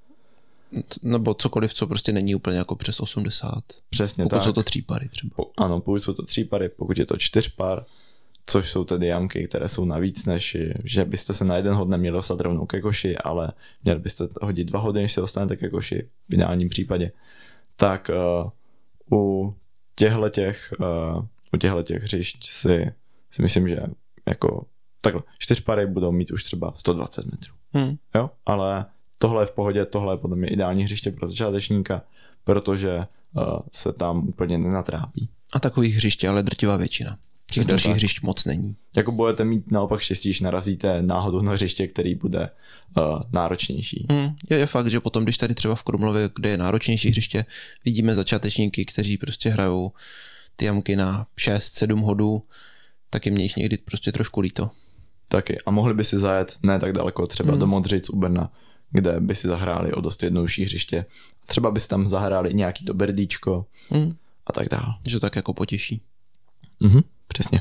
Nebo cokoliv, co prostě není úplně jako přes osmdesát. Přesně pokud tak. Pokud jsou to třípary třeba. Po, ano, pokud jsou to třípary, pokud je to čtyřpar, což jsou tedy jamky, které jsou navíc, než že byste se na jeden hod neměli dostat rovnou ke koši, ale měli byste hodit dva hody, než se dostanete ke koši, v ideálním případě. Tak uh, u těchto těch, uh, u těchto těch hřišť si, si myslím, že jako takhle, čtyřpary budou mít už třeba sto dvacet metrů. Hmm. Jo, ale tohle je v pohodě, tohle je podle mě ideální hřiště pro začátečníka, protože uh, se tam úplně nenatrápí. A takových hřiště ale drtivá většina. Těch Přesně dalších tak. hřišť moc není. Jako budete mít naopak štěstí, když narazíte náhodou na hřiště, který bude uh, náročnější. Hmm, je, je fakt, že potom, když tady třeba v Krumlově, kde je náročnější hřiště, vidíme začátečníky, kteří prostě hrajou ty jamky na šest sedm hodů, tak je mě jich někdy prostě trošku líto. Taky. A mohli by si zajet ne tak daleko, třeba hmm. do Modřic u Brna, kde by si zahráli o dost jednodušší hřiště. Třeba by si tam zahráli nějaký to berdíčko hmm. a tak dále. Že tak jako potěší. Mhm, přesně.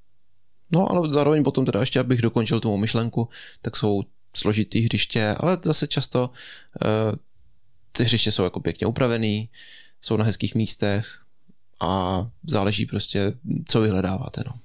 No, ale zároveň potom teda ještě, abych dokončil tu myšlenku, tak jsou složitý hřiště, ale zase často uh, ty hřiště jsou jako pěkně upravený, jsou na hezkých místech a záleží prostě, co vyhledáváte, no.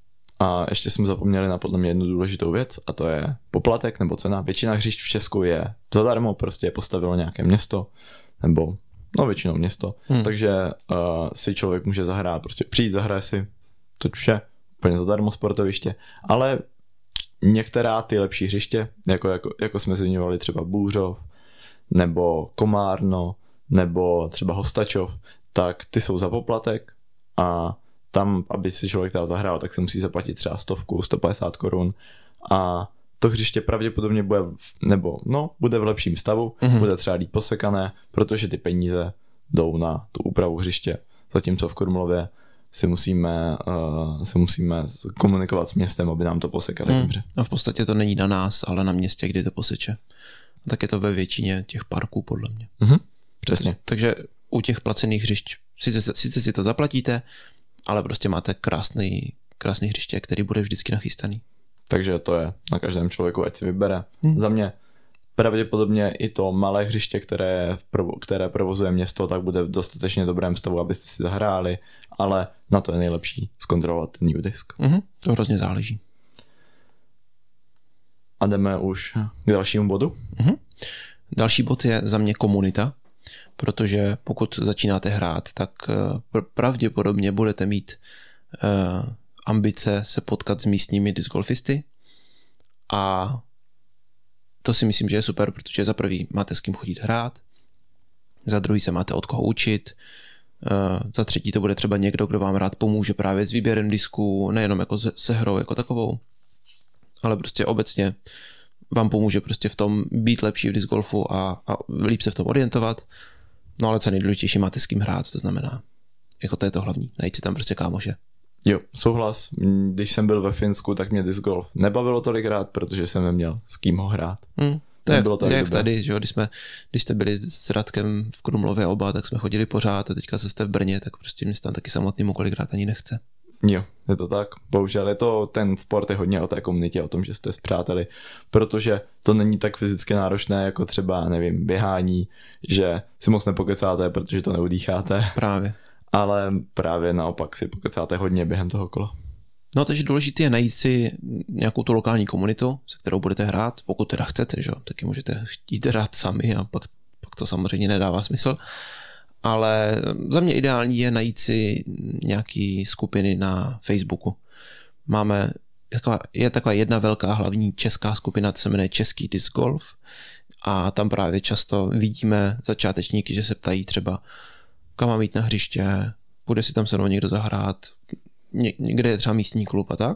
A ještě jsme zapomněli na podle mě jednu důležitou věc a to je poplatek nebo cena. Většina hřišť v Česku je zadarmo, prostě je postavilo nějaké město nebo no většinou město, hmm. takže uh, si člověk může zahrát, prostě přijít, zahraje si, to vše, úplně zadarmo sportoviště, ale některá ty lepší hřiště, jako, jako, jako jsme zmiňovali třeba Bůřov, nebo Komárno, nebo třeba Hostačov, tak ty jsou za poplatek a tam, aby si člověk teda zahrál, tak se musí zaplatit třeba stovku, sto padesát korun a to hřiště pravděpodobně bude, nebo no, bude v lepším stavu, mm-hmm. bude třeba líp posekané, protože ty peníze jdou na tu úpravu hřiště, zatímco v Krumlově si musíme, uh, si musíme komunikovat s městem, aby nám to posekali mm. dobře. A v podstatě to není na nás, ale na městě, kdy to poseče. A tak je to ve většině těch parků, podle mě. Mm-hmm. Přesně. Takže u těch placených hřišť sice, sice si to zaplatíte, ale prostě máte krásný, krásný hřiště, který bude vždycky nachystaný. Takže to je na každém člověku, ať si vybere. Hmm. Za mě pravděpodobně i to malé hřiště, které, provo- které provozuje město, tak bude v dostatečně dobrém stavu, abyste si zahráli, ale na to je nejlepší zkontrolovat ten Judisk. Mm-hmm. To hrozně záleží. A jdeme už k dalšímu bodu. Mm-hmm. Další bod je za mě komunita, protože pokud začínáte hrát, tak pravděpodobně budete mít uh, ambice se potkat s místními discgolfisty a to si myslím, že je super, protože za prvý máte s kým chodit hrát, za druhý se máte od koho učit, uh, za třetí to bude třeba někdo, kdo vám rád pomůže právě s výběrem disků, nejenom jako se hrou jako takovou, ale prostě obecně vám pomůže prostě v tom být lepší v discgolfu a, a líp se v tom orientovat. No ale co nejdůležitější, máte s kým hrát, to znamená, jako to je to hlavní, najít si tam prostě kámoše. Jo, souhlas. Když jsem byl ve Finsku, tak mě disc golf nebavilo tolikrát, protože jsem neměl s kým ho hrát. Hmm. To je jak, jak tady, že jo, když, jsme, když jste byli s Radkem v Krumlově oba, tak jsme chodili pořád a teďka se jste v Brně, tak prostě mě se tam taky samotnému kolikrát ani nechce. Jo, je to tak. Bohužel je to, ten sport je hodně o té komunitě, o tom, že jste s přáteli, protože to není tak fyzicky náročné jako třeba, nevím, běhání, že si moc nepokecáte, protože to neudýcháte. Právě. Ale právě naopak si pokecáte hodně během toho kola. No takže důležité je najít si nějakou tu lokální komunitu, se kterou budete hrát, pokud teda chcete, že jo, taky můžete chtít hrát sami a pak, pak to samozřejmě nedává smysl. Ale za mě ideální je najít si nějaký skupiny na Facebooku. Máme, taková, je taková jedna velká hlavní česká skupina, to se jmenuje Český disc golf a tam právě často vidíme začátečníky, že se ptají třeba kam mám jít na hřiště, bude si tam se mnou někdo zahrát, ně, někde je třeba místní klub a tak.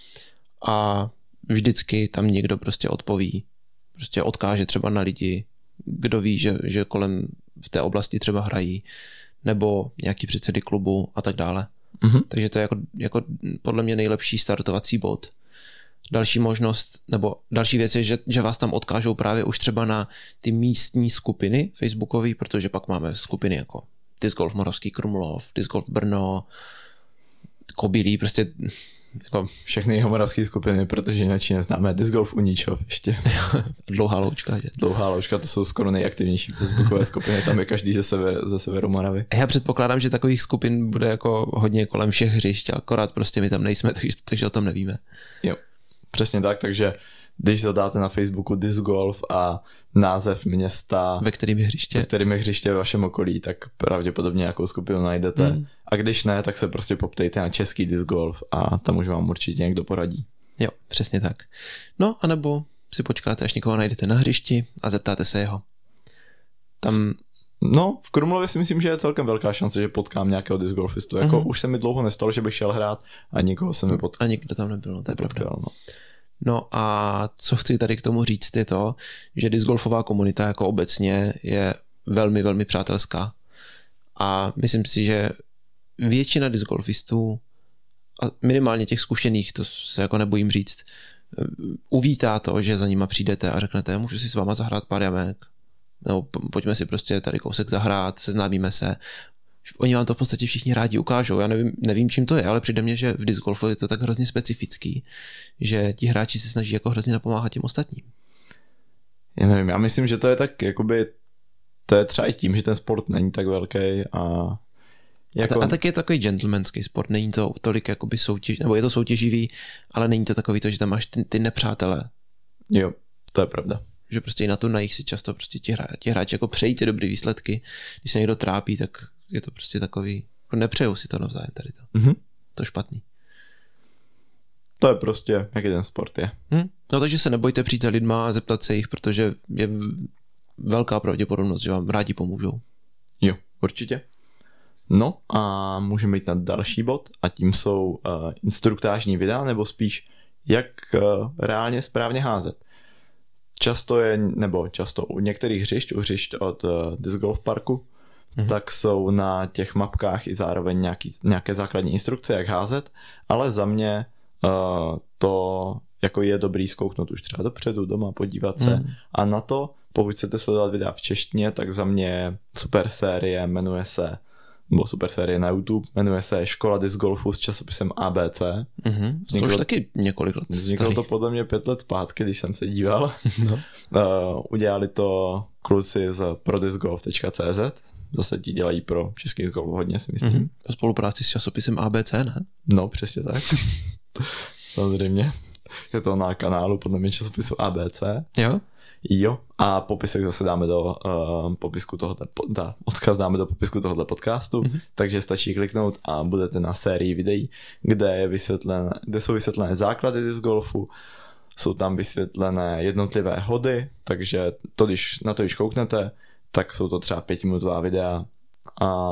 A vždycky tam někdo prostě odpoví, prostě odkáže třeba na lidi, kdo ví, že, že kolem v té oblasti třeba hrají, nebo nějaký předsedy klubu a tak dále. Mm-hmm. Takže to je jako, jako podle mě nejlepší startovací bod. Další možnost, nebo další věc je, že, že vás tam odkážou právě už třeba na ty místní skupiny facebookové, protože pak máme skupiny jako Disc Golf Moravský Krumlov, Disc Golf Brno, Kobylí, prostě jako... Všechny jeho moravské skupiny, protože jinak neznáme. Disc Golf Uničov ještě. Dlouhá loučka. Že? Dlouhá loučka, to jsou skoro nejaktivnější facebookové skupiny, tam je každý ze, sever, ze severu Moravy. Já předpokládám, že takových skupin bude jako hodně kolem všech hřišť, akorát prostě my tam nejsme, takže, takže o tom nevíme. Jo, přesně tak, takže když zadáte na Facebooku Disc Golf a název města, ve kterém je hřiště, ve kterém je hřiště ve vašem okolí, tak pravděpodobně nějakou skupinu najdete. Mm. A když ne, tak se prostě poptejte na český Disc Golf a tam už vám určitě někdo poradí. Jo, přesně tak. No, anebo si počkáte, až někoho najdete na hřišti a zeptáte se jeho. Tam... No, v Krumlově si myslím, že je celkem velká šance, že potkám nějakého disc golfistu. Jako mm-hmm. už se mi dlouho nestalo, že bych šel hrát a nikoho se mi potkal. A nikdo tam nebyl, no, to je pravda. No. No a co chci tady k tomu říct je to, že disc golfová komunita jako obecně je velmi, velmi přátelská. A myslím si, že většina disc golfistů, a minimálně těch zkušených, to se jako nebojím říct, uvítá to, že za nima přijdete a řeknete, můžu si s váma zahrát pár jamek, nebo pojďme si prostě tady kousek zahrát, seznámíme se. Oni vám to v podstatě všichni rádi ukážou. Já nevím, nevím, čím to je, ale přijde mně, že v disc golfu je to tak hrozně specifický, že ti hráči se snaží jako hrozně napomáhat těm ostatním. Já nevím, já myslím, že to je tak, jakoby, to je třeba i tím, že ten sport není tak velký a jako... A, ta, a tak je takový gentlemanský sport, není to tolik jakoby soutěž, nebo je to soutěživý, ale není to takový to, že tam máš ty, ty nepřátelé. Jo, to je pravda. Že prostě i na turnajích si často prostě ti, hra, ti hráči jako přejí ty dobrý výsledky, když se někdo trápí, tak je to prostě takový, jako nepřejou si to navzájem tady to. Mm-hmm. To špatný. To je prostě, jaký ten sport je. Hmm. No takže se nebojte přijít za lidma a zeptat se jich, protože je velká pravděpodobnost, že vám rádi pomůžou. Jo, určitě. No a můžeme jít na další bod a tím jsou uh, instruktážní videa, nebo spíš jak uh, reálně správně házet. Často je, nebo často u některých hřišť, u hřišť od uh, Disc Golf Parku, mm-hmm. tak jsou na těch mapkách i zároveň nějaký, nějaké základní instrukce, jak házet, ale za mě uh, to jako je dobrý zkouknout už třeba dopředu, doma, podívat se mm. a na to, pokud chcete sledovat videa v češtině, tak za mě super série jmenuje se nebo super série na YouTube, jmenuje se Škola disc golfu s časopisem A B C. Mm-hmm. To už taky několik let Vzniklo to podle mě pět let zpátky, když jsem se díval. No. uh, udělali to kluci z pro disc golf tečka cé zet. Zase ti dělají pro český disc golf hodně, si myslím. Mm-hmm. To spolupráci s časopisem A B C, ne? No, přesně tak. Samozřejmě. Je to na kanálu podle mě časopisu A B C. Jo? Jo, a popisek zase dáme do uh, popisku tohoto, da, odkaz dáme do popisku tohoto podcastu, mm-hmm. takže stačí kliknout a budete na sérii videí, kde, je vysvětlené, kde jsou vysvětlené základy disc golfu, jsou tam vysvětlené jednotlivé hody, takže to, když na to když kouknete, tak jsou to třeba pětiminutová videa a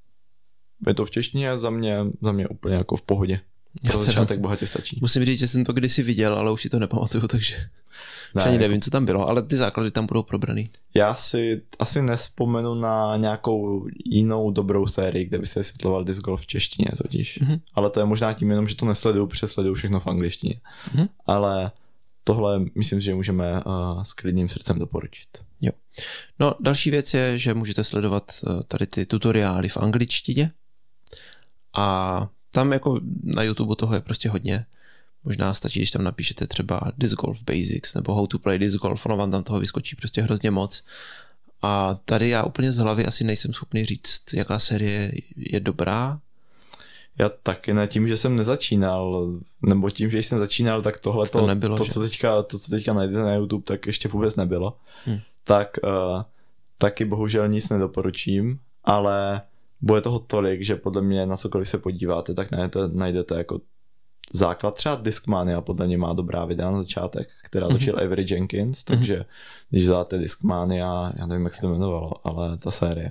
je to v češtině za mě, za mě úplně jako v pohodě. Pro začátek bohatě stačí. Musím říct, že jsem to kdysi viděl, ale už si to nepamatuju, takže ne, ani nevím, co tam bylo, ale ty základy tam budou probraný. Já si asi nespomenu na nějakou jinou dobrou sérii, kde by se vysvětloval disc golf v češtině totiž. Mm-hmm. Ale to je možná tím jenom, že to nesleduju, přesleduju všechno v angličtině. Mm-hmm. Ale tohle myslím, že můžeme uh, s klidným srdcem doporučit. Jo. No další věc je, že můžete sledovat uh, tady ty tutoriály v angličtině a tam jako na YouTube toho je prostě hodně. Možná stačí, když tam napíšete třeba Disc Golf Basics nebo How to Play Disc Golf, ono vám tam toho vyskočí prostě hrozně moc. A tady já úplně z hlavy asi nejsem schopný říct, jaká série je dobrá. Já taky ne, tím, že jsem nezačínal, nebo tím, že jsem začínal, tak tohle to, nebylo, to, co teďka, to, co teďka najdete na YouTube, tak ještě vůbec nebylo. Hmm. Tak uh, taky bohužel nic nedoporučím, ale bude toho tolik, že podle mě na cokoliv se podíváte, tak najdete, najdete jako základ. Třeba Discmania podle mě má dobrá videa na začátek, která točil mm-hmm. Avery Jenkins, takže mm-hmm. když dáte Discmania, já nevím, jak se to jmenovalo, ale ta série.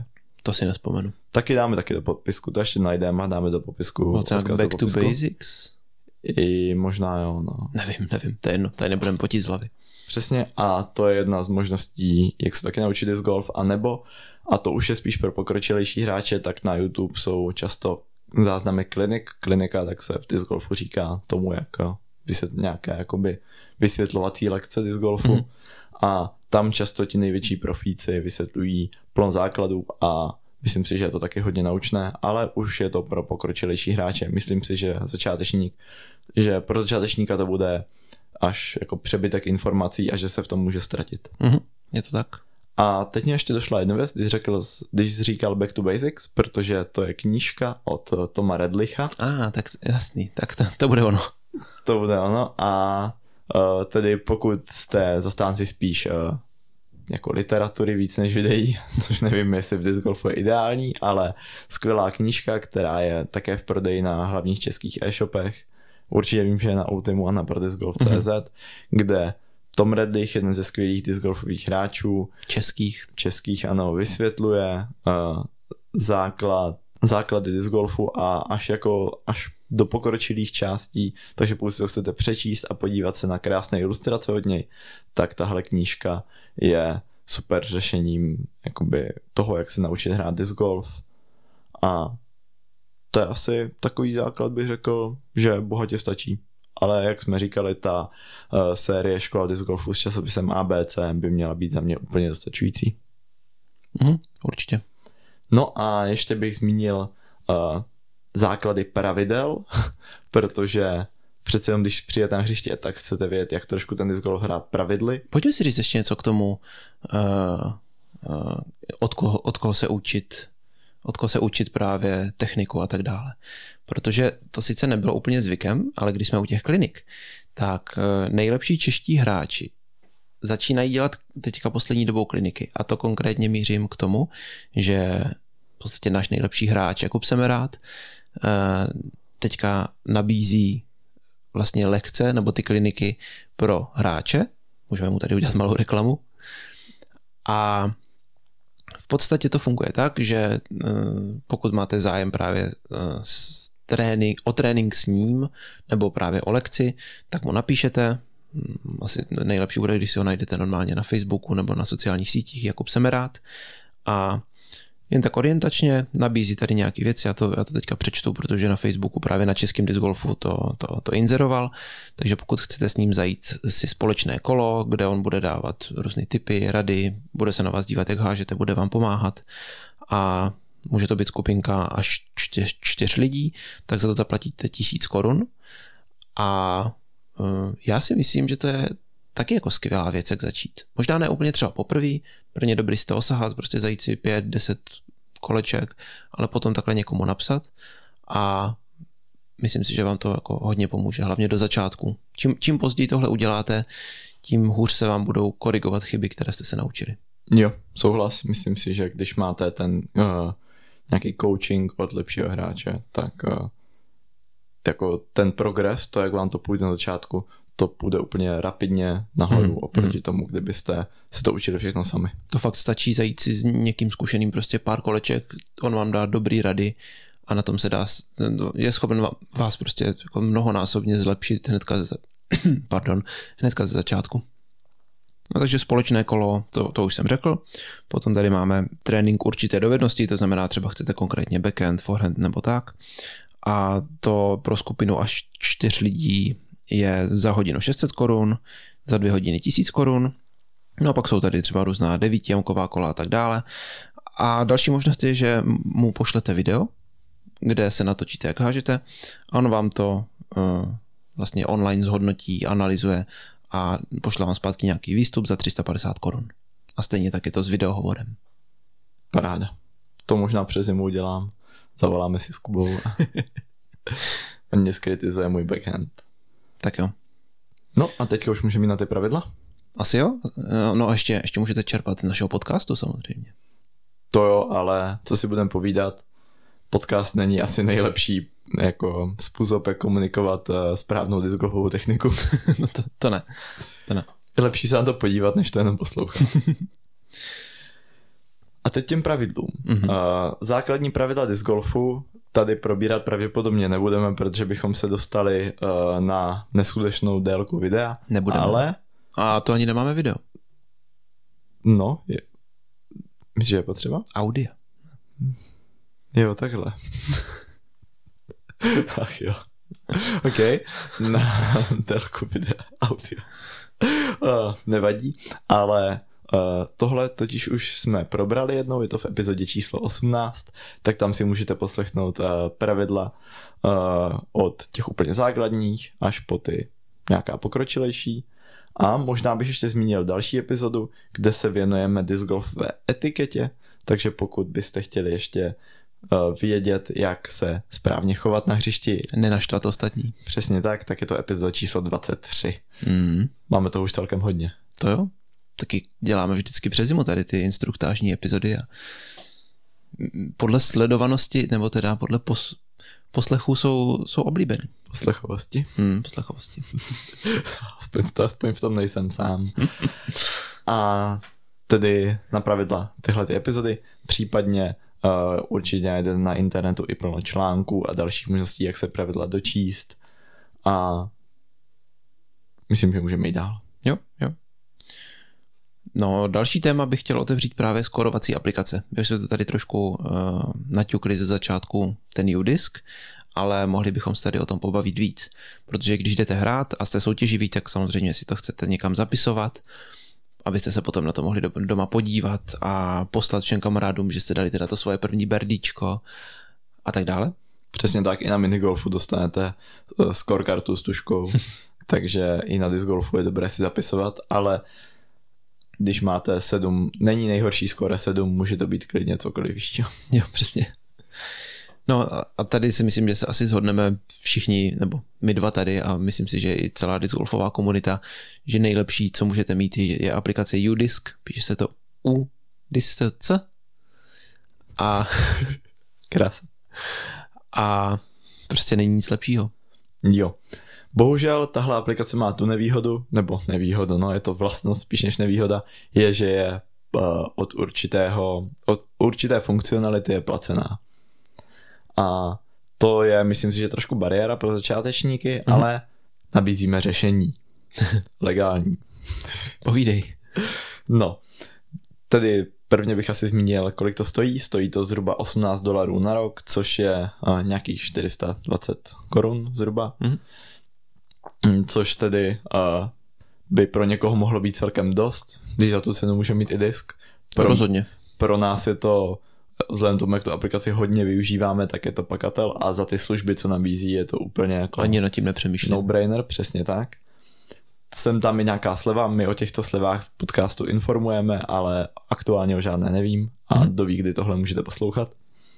To si nespomenu. Taky dáme taky do popisku, to ještě najdeme a dáme do popisku. Back to Basics? I možná jo, no. Nevím, nevím, to je jedno, tady nebudeme potit z hlavy. Přesně, a to je jedna z možností, jak se taky naučit disc golf, anebo, a to už je spíš pro pokročilejší hráče, tak na YouTube jsou často záznamy klinik. Klinika, tak se v disc golfu říká tomu, jak vysvět, nějaké jakoby vysvětlovací lekce disc golfu. Mm. A tam často ti největší profíci vysvětlují plno základů a myslím si, že je to taky hodně naučné, ale už je to pro pokročilejší hráče. Myslím si, že začátečník, že pro začátečníka to bude až jako přebytek informací a že se v tom může ztratit. Mm-hmm, je to tak. A teď mě ještě došla jedna věc, když, řekl, když jsi říkal Back to Basics, protože to je knížka od Toma Redlicha. A, ah, tak jasný, tak to, to bude ono. To bude ono a uh, tedy pokud jste zastánci spíš uh, jako literatury víc než videí, což nevím, jestli v disc golfu je ideální, ale skvělá knížka, která je také v prodeji na hlavních českých e-shopech. Určitě vím, že je na Ultimu a na prodiscgolf tečka cé zet, mm-hmm. kde Tom Redlich, jeden ze skvělých disc golfových hráčů, českých, českých ano, vysvětluje uh, základ, základy disc golfu a až jako až do pokročilých částí, takže pokud si to chcete přečíst a podívat se na krásné ilustrace od něj, tak tahle knížka je super řešením jakoby toho, jak se naučit hrát disc golf. A to je asi takový základ, bych řekl, že bohatě stačí. Ale jak jsme říkali, ta uh, série Škola disc golfu s časopisem A B C by měla být za mě úplně dostačující. Mhm, určitě. No a ještě bych zmínil uh, základy pravidel, protože přece jenom, když přijete na hřiště, tak chcete vědět, jak trošku ten disc golf hrát pravidly. Pojďme si říct ještě něco k tomu, uh, uh, od, koho, od koho se učit, od koho se učit právě techniku a tak dále. Protože to sice nebylo úplně zvykem, ale když jsme u těch klinik, tak uh, nejlepší čeští hráči začínají dělat teďka poslední dobou kliniky. A to konkrétně mířím k tomu, že v podstatě náš nejlepší hráč Jakub Semerád uh, teďka nabízí vlastně lekce nebo ty kliniky pro hráče. Můžeme mu tady udělat malou reklamu. A v podstatě to funguje tak, že pokud máte zájem právě s trénink, o trénink s ním nebo právě o lekci, tak mu napíšete. Asi nejlepší bude, když si ho najdete normálně na Facebooku nebo na sociálních sítích Jakub Semerád. A jen tak orientačně nabízí tady nějaký věci, já to, já to teďka přečtu, protože na Facebooku právě na českém disc golfu to, to, to inzeroval, takže pokud chcete s ním zajít si společné kolo, kde on bude dávat různé tipy, rady, bude se na vás dívat, jak hážete, bude vám pomáhat a může to být skupinka až čtyř, čtyř lidí, tak za to zaplatíte tisíc korun a uh, já si myslím, že to je taky jako skvělá věc, jak začít. Možná ne úplně třeba poprvé, pro ně dobrý jste osahat, prostě zajít si pět, deset koleček, ale potom takhle někomu napsat a myslím si, že vám to jako hodně pomůže, hlavně do začátku. Čím, čím později tohle uděláte, tím hůř se vám budou korigovat chyby, které jste se naučili. Jo, souhlas. Myslím si, že když máte ten uh, nějaký coaching od lepšího hráče, tak uh, jako ten progres, to, jak vám to půjde na začátku, to půjde úplně rapidně nahoru mm, oproti mm. tomu, kdybyste se to učili všechno sami. To fakt stačí zajít si s někým zkušeným prostě pár koleček, on vám dá dobrý rady a na tom se dá, je schopen vás prostě jako mnohonásobně zlepšit hnedka ze, pardon, hnedka ze začátku. No takže společné kolo, to, to už jsem řekl. Potom tady máme trénink určité dovednosti, to znamená třeba chcete konkrétně backhand, forehand nebo tak. A to pro skupinu až čtyř lidí je za hodinu šest set korun, za dvě hodiny tisíc korun. No a pak jsou tady třeba různá devítiamková kola a tak dále. A další možnost je, že mu pošlete video, kde se natočíte, jak hážete, a on vám to uh, vlastně online zhodnotí, analyzuje a pošle vám zpátky nějaký výstup za tři sta padesát korun. A stejně tak je to s videohovorem. Paráda. To možná přes zimu udělám. Zavoláme si s Kubou. On mě skritizuje můj backhand. Tak jo. No a teďka už můžeme jít na ty pravidla? Asi jo. No a ještě, ještě můžete čerpat z našeho podcastu samozřejmě. To jo, ale co si budeme povídat, podcast není asi nejlepší jako způsob, jak komunikovat uh, správnou disc golfovou techniku. No to, to ne. To ne. Je lepší se na to podívat, než to jenom poslouchat. A teď těm pravidlům. Mm-hmm. Uh, základní pravidla disc golfu tady probírat pravděpodobně nebudeme, protože bychom se dostali uh, na neskutečnou délku videa. Nebudeme. Ale... A to ani nemáme video. No, je... Myslíš, že je potřeba? Audio. Jo, takhle. Ach jo. OK. Na délku videa, audio. Uh, nevadí, ale uh, tohle totiž už jsme probrali jednou, je to v epizodě číslo osmnáct, tak tam si můžete poslechnout uh, pravidla uh, od těch úplně základních až po ty nějaká pokročilejší. A možná bych ještě zmínil další epizodu, kde se věnujeme disc golfové etiketě, takže pokud byste chtěli ještě uh, vědět, jak se správně chovat na hřišti. Nenaštvat ostatní. Přesně tak, tak je to epizoda číslo dvacet tři. Mm. Máme to už celkem hodně. To jo. Taky děláme vždycky přes zimu tady ty instruktážní epizody a podle sledovanosti, nebo teda podle pos, poslechů jsou, jsou oblíbený. Poslechovosti? Hmm, poslechovosti. aspoň, to aspoň v tom nejsem sám. A tedy na pravidla tyhle ty epizody, případně uh, určitě najdete na internetu i plno článků a dalších možností, jak se pravidla dočíst. A myslím, že můžeme jít dál. Jo, jo. No, další téma bych chtěl otevřít právě skórovací aplikace. My jsme to tady trošku uh, naťukli ze začátku ten U-Disc, ale mohli bychom se tady o tom pobavit víc. Protože když jdete hrát a jste soutěživí, tak samozřejmě si to chcete někam zapisovat, abyste se potom na to mohli doma podívat a poslat všem kamarádům, že jste dali teda to svoje první berdíčko a tak dále. Přesně tak, i na minigolfu dostanete scorekartu s tuškou, takže i na disc golfu je dobré si zapisovat, ale když máte sedm, není nejhorší skóre sedm, může to být klidně cokoliv víš. Jo, přesně. No a tady si myslím, že se asi shodneme všichni, nebo my dva tady a myslím si, že i celá disc golfová komunita, že nejlepší, co můžete mít, je aplikace U-Disc, píše se to U-Disc a krása. A prostě není nic lepšího. Jo. Bohužel tahle aplikace má tu nevýhodu, nebo nevýhodu, no je to vlastnost spíš než nevýhoda, je, že je uh, od určitého, od určité funkcionality je placená. A to je, myslím si, že trošku bariéra pro začátečníky, mm-hmm. ale nabízíme řešení. Legální. Povídej. No, tedy prvně bych asi zmínil, kolik to stojí. Stojí to zhruba osmnáct dolarů na rok, což je uh, nějakých čtyři sta dvacet korun zhruba. Mm-hmm. Což tedy uh, by pro někoho mohlo být celkem dost, když za tu cenu může mít i disk. Pro, Rozhodně. Pro nás je to, vzhledem tomu, jak tu aplikaci hodně využíváme, tak je to pakatel a za ty služby, co nabízí, je to úplně jako ani nad tím nepřemýšlím. No-brainer, přesně tak. Sem tam i nějaká sleva, my o těchto slevách v podcastu informujeme, ale aktuálně o žádné nevím a hmm. doví, kdy tohle můžete poslouchat.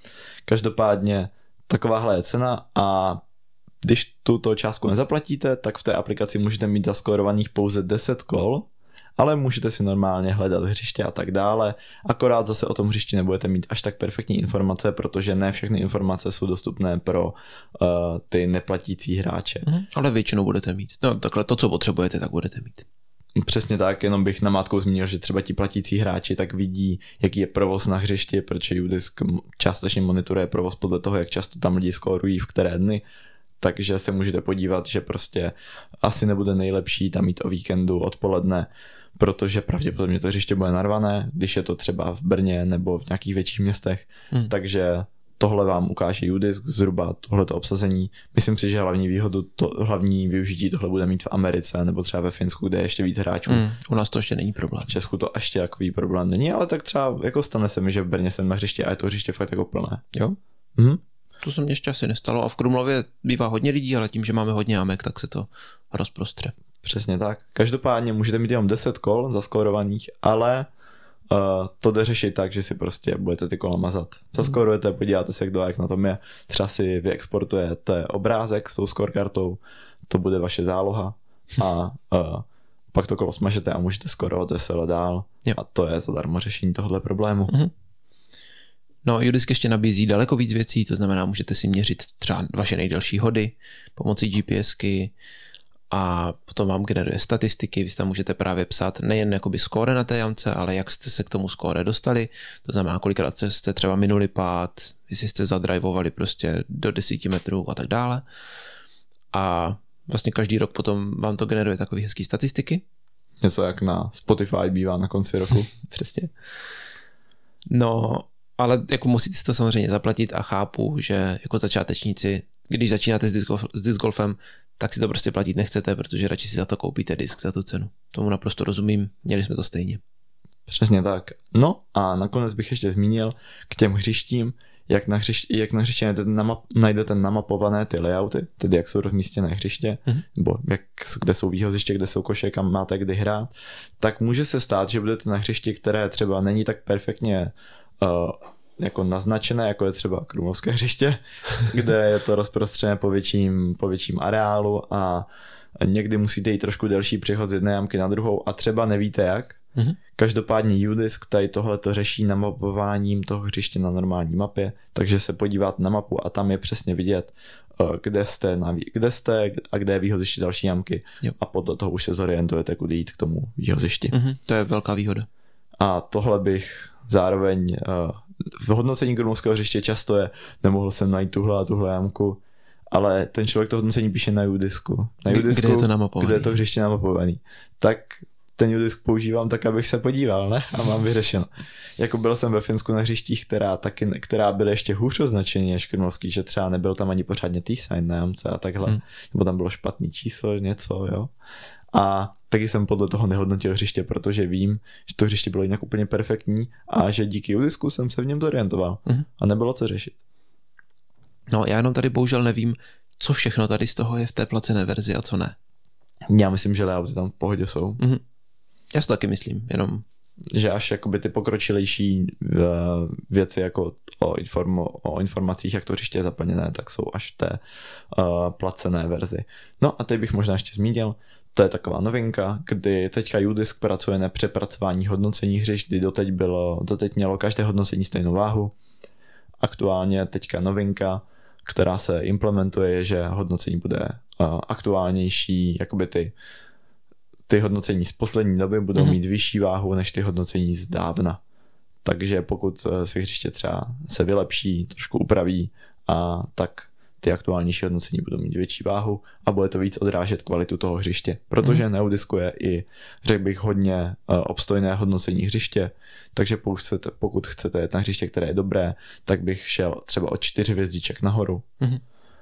Každopádně takováhle je cena a když tuto částku nezaplatíte, tak v té aplikaci můžete mít zaskórovaných pouze deset kol, ale můžete si normálně hledat hřiště a tak dále, akorát zase o tom hřišti nebudete mít až tak perfektní informace, protože ne všechny informace jsou dostupné pro uh, ty neplatící hráče. Mhm, ale většinou budete mít. No takhle to, co potřebujete, tak budete mít. Přesně tak, jenom bych namátkou zmínil, že třeba ti platící hráči tak vidí, jaký je provoz na hřišti, protože U-Disc částečně monitoruje provoz podle toho, jak často tam lidi skórují v které dny, takže se můžete podívat, že prostě asi nebude nejlepší tam mít o víkendu odpoledne, protože pravděpodobně to hřiště bude narvané, když je to třeba v Brně nebo v nějakých větších městech, hmm. takže tohle vám ukáže U-Disc, zhruba tohleto obsazení. Myslím si, že hlavní výhodu, to, hlavní využití tohle bude mít v Americe nebo třeba ve Finsku, kde je ještě víc hráčů. Hmm, u nás to ještě není problém. V Česku to ještě takový problém není, ale tak třeba jako stane se mi, že v Brně jsem na hřiště a je to hřiště fakt jako plné. Jo? Mhm. To se mně ještě asi nestalo a v Krumlově bývá hodně lidí, ale tím, že máme hodně amek, tak se to rozprostře. Přesně tak. Každopádně můžete mít jenom deset kol zaskórovaných, ale uh, to jde řešit tak, že si prostě budete ty kola mazat. Zaskórujete, podíváte se, kdo jak na tom je. Třeba si vyexportujete obrázek s tou scorekartou, to bude vaše záloha a uh, pak to kolo smažete a můžete skórovat veselé dál. Jo. A to je zadarmo řešení tohoto problému. Mm-hmm. No, U-Disc ještě nabízí daleko víc věcí, to znamená, můžete si měřit třeba vaše nejdelší hody pomocí GPSky a potom vám generuje statistiky, vy tam můžete právě psát nejen jakoby skóre na té jamce, ale jak jste se k tomu skóre dostali, to znamená, kolikrát jste třeba minuli pád, jestli jste zadrivovali prostě do deseti metrů a tak dále. A vlastně každý rok potom vám to generuje takový hezký statistiky. Něco jak na Spotify bývá na konci roku. Přesně. No, ale jako musíte si to samozřejmě zaplatit a chápu, že jako začátečníci, když začínáte s, disc golf, s disc golfem, tak si to prostě platit nechcete, protože radši si za to koupíte disk za tu cenu. Tomu naprosto rozumím, měli jsme to stejně. Přesně tak. No a nakonec bych ještě zmínil k těm hřištím, jak na hřišti, jak na hřišti najdete, namap, najdete namapované ty layouty, tedy jak jsou rozmístěné hřiště, mm-hmm. nebo jak, kde jsou výhoziště, kde jsou koše, kam máte kdy hrát, tak může se stát, že budete na hřišti, které třeba není tak perfektně uh, jako naznačené, jako je třeba krumlovské hřiště, kde je to rozprostřené po větším, po větším areálu a někdy musíte jít trošku delší přechod z jedné jamky na druhou a třeba nevíte jak. Mm-hmm. Každopádně UDisc tady tohle to řeší namapováním toho hřiště na normální mapě, takže se podívat na mapu a tam je přesně vidět, kde jste, na, kde jste a kde je výhoziště další jamky. Yep. A podle toho už se zorientujete, kudy jít k tomu výhozišti. Mm-hmm. To je velká výhoda. A tohle bych zároveň v hodnocení krumlovského hřiště často je, nemohl jsem najít tuhle a tuhle jamku, ale ten člověk to hodnocení píše na UDiscu. Na UDiscu, kde je to namapovaný. Kde je to hřiště namapovaný. Tak ten UDisc používám tak, abych se podíval, ne? A mám vyřešeno. Jako byl jsem ve Finsku na hřištích, která, taky, která byly ještě hůř označený než krumlovský, že třeba nebyl tam ani pořádně T-sign na jamce a takhle. Hmm. Nebo tam bylo špatný číslo, něco, jo. A taky jsem podle toho nehodnotil hřiště, protože vím, že to hřiště bylo jinak úplně perfektní a že díky UDiscu jsem se v něm zorientoval. Hmm. A nebylo co řešit. No, já jenom tady bohužel nevím, co všechno tady z toho je v té placené verzi a co ne. Já myslím, že layouty tam v pohodě jsou. Mm-hmm. Já si taky myslím, jenom... Že až jakoby ty pokročilejší uh, věci jako o, informo, o informacích, jak to hřiště je zaplněné, tak jsou až v té uh, placené verzi. No a teď bych možná ještě zmínil, to je taková novinka, kdy teďka UDisc pracuje na přepracování hodnocení hřišť, kdy doteď, bylo, doteď mělo každé hodnocení stejnou váhu. Aktuálně teďka novinka, která se implementuje, je, že hodnocení bude uh, aktuálnější, jakoby ty ty hodnocení z poslední doby budou mm-hmm. mít vyšší váhu než ty hodnocení z dávna. Takže pokud si hřiště třeba se vylepší, trošku upraví, a tak ty aktuálnější hodnocení budou mít větší váhu a bude to víc odrážet kvalitu toho hřiště. Protože mm-hmm. neudiskuje i, řekl bych, hodně uh, obstojné hodnocení hřiště, takže pokud chcete, pokud chcete jet na hřiště, které je dobré, tak bych šel třeba od čtyři hvězdiček nahoru. Mm-hmm.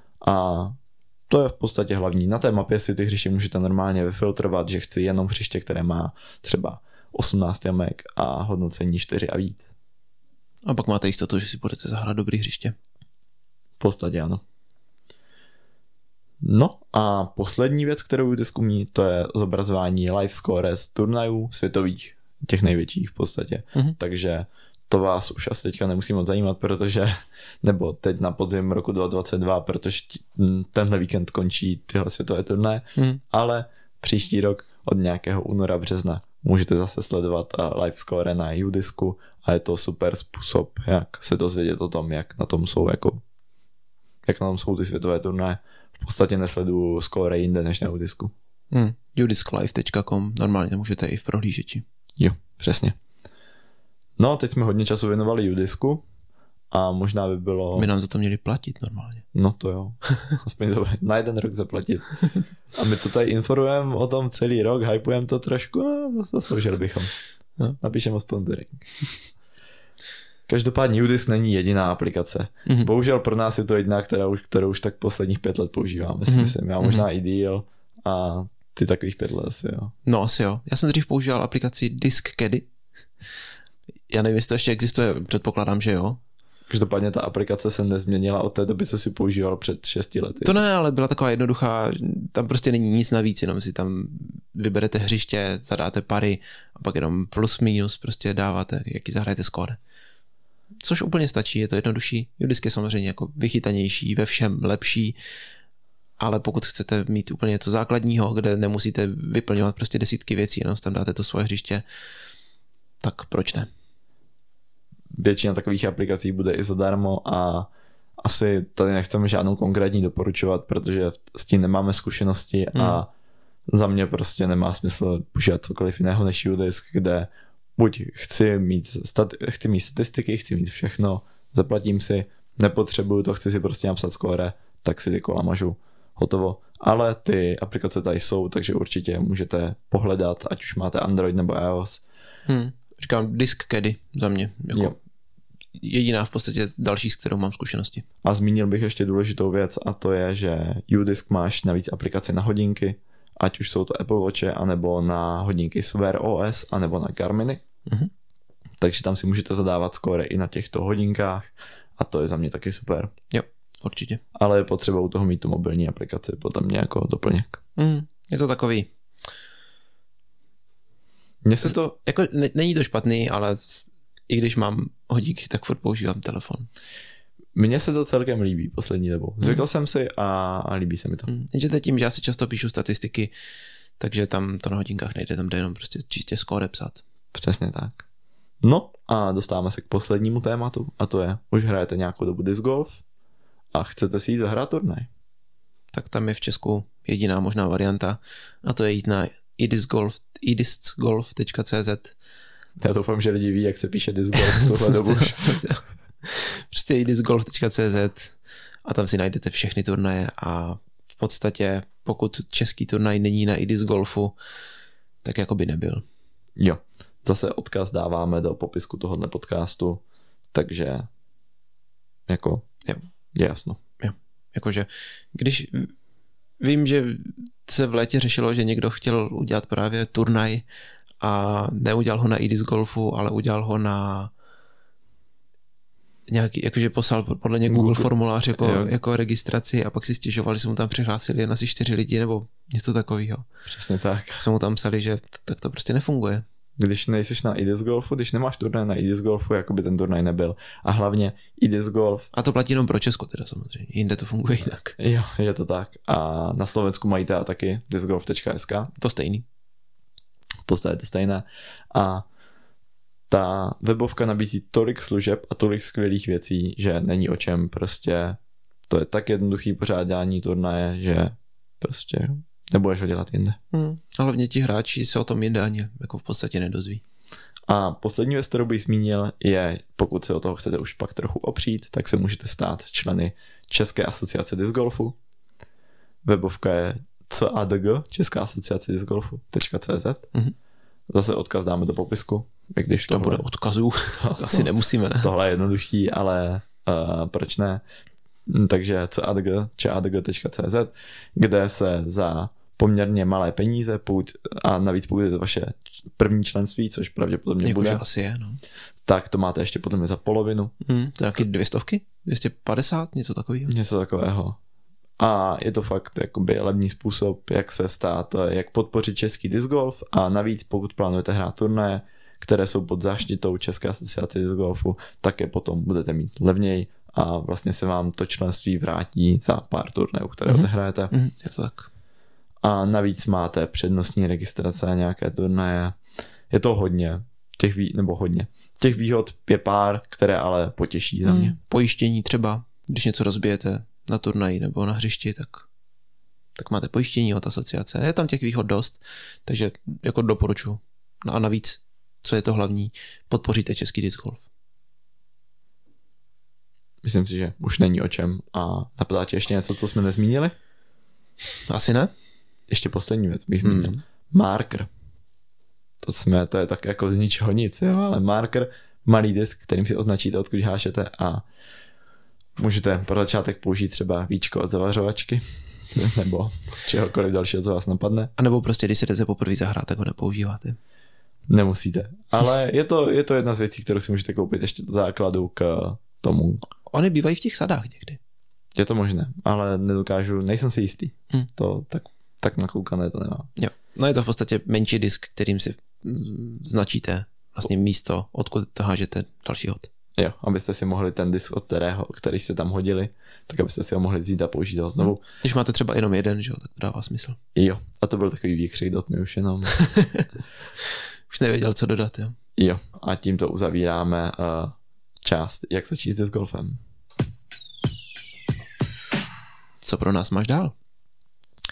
A to je v podstatě hlavní. Na té mapě si ty hřiště můžete normálně vyfiltrovat, že chci jenom hřiště, které má třeba osmnáct jamek a hodnocení čtyři a víc. A pak máte jistotu, že si budete zahrát dobrý hřiště. V podstatě ano. No a poslední věc, kterou UDisc umí, to je zobrazování live score z turnajů světových, těch největších v podstatě. Mm-hmm. Takže to vás už asi teďka nemusí moc zajímat, protože, nebo teď na podzim roku dva tisíce dvacet dva, protože tenhle víkend končí tyhle světové turné, hmm. ale příští rok od nějakého února, března můžete zase sledovat live score na UDiscu a je to super způsob, jak se dozvědět o tom, jak na tom jsou jako, jak na tom jsou ty světové turné. V podstatě nesleduju score jinde než na UDiscu. Hmm. u disc live tečka com, normálně můžete i v prohlížeči. Jo, přesně. No, teď jsme hodně času věnovali UDiscu a možná by bylo... My nám za to měli platit normálně. No to jo, aspoň to na jeden rok zaplatit. A my to tady informujeme o tom celý rok, hypujeme to trošku a zasloužili bychom. No. Napíšeme o sponsoring. Každopádně UDisc není jediná aplikace. Mm-hmm. Bohužel pro nás je to jediná, která už, kterou už tak posledních pět let používáme, si mm-hmm. myslím. Já možná mm-hmm. i díl a ty takových pět let asi jo. No asi jo. Já jsem dřív používal aplikaci Disc Caddy. Já nevím, jestli to ještě existuje, předpokládám, že jo. Každopádně ta aplikace se nezměnila od té doby, co si používal před šesti lety. To ne, ale byla taková jednoduchá, tam prostě není nic navíc, jenom si tam vyberete hřiště, zadáte pary a pak jenom plus minus prostě dáváte, jaký zahrajete skóre. Což úplně stačí, je to jednodušší. UDisc je samozřejmě jako vychytanější, ve všem lepší, ale pokud chcete mít úplně něco základního, kde nemusíte vyplňovat prostě desítky věcí, jenom tam dáte to svoje hřiště, tak proč ne? Většina takových aplikací bude i zadarmo a asi tady nechceme žádnou konkrétní doporučovat, protože s tím nemáme zkušenosti hmm. a Za mě prostě nemá smysl používat cokoliv jiného než U-disk, kde buď chci mít, stati- chci mít statistiky, chci mít všechno, zaplatím si, nepotřebuju to, chci si prostě napsat skóre, tak si ty kola mažu, hotovo. Ale ty aplikace tady jsou, takže určitě můžete pohledat, ať už máte Android nebo iOS. Hmm. Říkám disk caddy za mě. Jako jo. Jediná v podstatě další, s kterou mám zkušenosti. A zmínil bych ještě důležitou věc a to je, že U-disk máš navíc aplikaci na hodinky, ať už jsou to Apple Watche, anebo na hodinky s Wear O S, anebo na Garminy. Mm-hmm. Takže tam si můžete zadávat skóre i na těchto hodinkách a to je za mě taky super. Jo, určitě. Ale je potřeba u toho mít tu mobilní aplikaci, podle mě jako doplněk. Mm, je to takový... Mně se to... Jako, ne, není to špatný, ale i když mám hodinky, tak furt používám telefon. Mně se to celkem líbí poslední dobou. Zvykl mm. jsem si a, a líbí se mi to. Mm. Jenže tím, že já si často píšu statistiky, takže tam to na hodinkách nejde, tam jde jenom prostě čistě skóre psát. Přesně tak. No a dostáváme se k poslednímu tématu a to je, už hrajete nějakou dobu disc golf a chcete si jít zahrát turnaj. Tak tam je v Česku jediná možná varianta a to je jít na idiscgolf, idiscgolf tečka cé zet. Já doufám, že lidi ví, jak se píše disc golf v tuhle dobu. Prostě idiscgolf tečka cé zet a tam si najdete všechny turnaje a v podstatě pokud český turnaj není na idiscgolfu, tak jako by nebyl. Jo, zase odkaz dáváme do popisku tohohle podcastu, takže jako jo. Je jasno. Jo, jakože když vím, že se v létě řešilo, že někdo chtěl udělat právě turnaj a neudělal ho na idiscgolfu, ale udělal ho na nějaký, jakože poslal podle něj Google, Google formulář jako, jako registraci a pak si stěžovali, že mu tam přihlásili jen asi čtyři lidi nebo něco takového. Přesně tak. Tak jsme mu tam psali, že tak to prostě nefunguje. Když nejsiš na idiscgolfu, když nemáš turnaj na idiscgolfu, jako by ten turnaj nebyl. A hlavně idiscgolf. A to platí jenom pro Česko teda samozřejmě, jinde to funguje jinak. Jo, je to tak. A na Slovensku mají teda taky discgolf tečka es ká. To stejný. V podstatě to stejné. A ta webovka nabízí tolik služeb a tolik skvělých věcí, že není o čem, prostě to je tak jednoduchý pořádání turnaje, že prostě nebudeš ho dělat jinde. Hmm. A hlavně ti hráči se o tom jinde ani jako v podstatě nedozví. A poslední věc, kterou bych zmínil, je, pokud se o toho chcete už pak trochu opřít, tak se můžete stát členy České asociace discgolfu. Webovka je C A D G, Česká asociace discgolfu tečka cé zet. Mm-hmm. Zase odkaz dáme do popisku. Když to tohle, bude odkazů, to, asi nemusíme, ne? Tohle je jednodušší, ale uh, proč ne? Takže C A D G, C A D G tečka cé zet, kde se za poměrně malé peníze, pokud, a navíc pokud je to vaše první členství, což pravděpodobně jako bude, asi je, no. Tak to máte ještě potom za polovinu. Hmm, to je nějaký dvě stovky? dvě stě padesát? Něco takového? Něco takového. A je to fakt jakoby levný způsob, jak se stát, jak podpořit český disc golf a navíc pokud plánujete hrát turnaje, které jsou pod záštitou České asociace disc golfu, tak je potom budete mít levněji a vlastně se vám to členství vrátí za pár turnajů, které mm-hmm. odehrajete. Mm, je to tak. A navíc máte přednostní registrace a nějaké turnaje. Je to hodně, těch vý, nebo hodně. Těch výhod je pár, které ale potěší za mě. Mm, pojištění třeba, když něco rozbijete na turnaji nebo na hřišti, tak, tak máte pojištění od asociace. Je tam těch výhod dost, takže jako doporučuji. No a navíc, co je to hlavní, podpoříte český disc golf. Myslím si, že už není o čem. A napadá ti ještě něco, co jsme nezmínili? Asi ne. Ještě poslední věc bych zmínil. Hmm. Marker. To jsme, to je tak jako z ničeho nic, jo, ale marker, malý disk, kterým si označíte, odkud hášete a můžete pro začátek použít třeba víčko od zavařovačky nebo čehokoliv dalšího, co vás napadne. A nebo prostě, když se jdete poprvé zahrát, tak ho nepoužíváte. Nemusíte. Ale je to, je to jedna z věcí, kterou si můžete koupit ještě do základu k tomu. Oni bývají v těch sadách někdy. Je to možné, ale nedokážu, nejsem si jistý. Hmm. To tak, tak nakoukané to nemám. Jo. No je to v podstatě menší disk, kterým si značíte vlastně místo, odkud to hážete další hod. Jo, abyste si mohli ten disk, od kterého, který jste tam hodili, tak abyste si ho mohli vzít a použít ho znovu. Hmm. Když máte třeba jenom jeden, že jo, tak to dává smysl. Jo, a to byl takový výkřik do tmy už jenom. Už nevěděl, co dodat, jo. Jo, a tímto uzavíráme uh, část, jak začít s disc golfem. Co pro nás máš dál?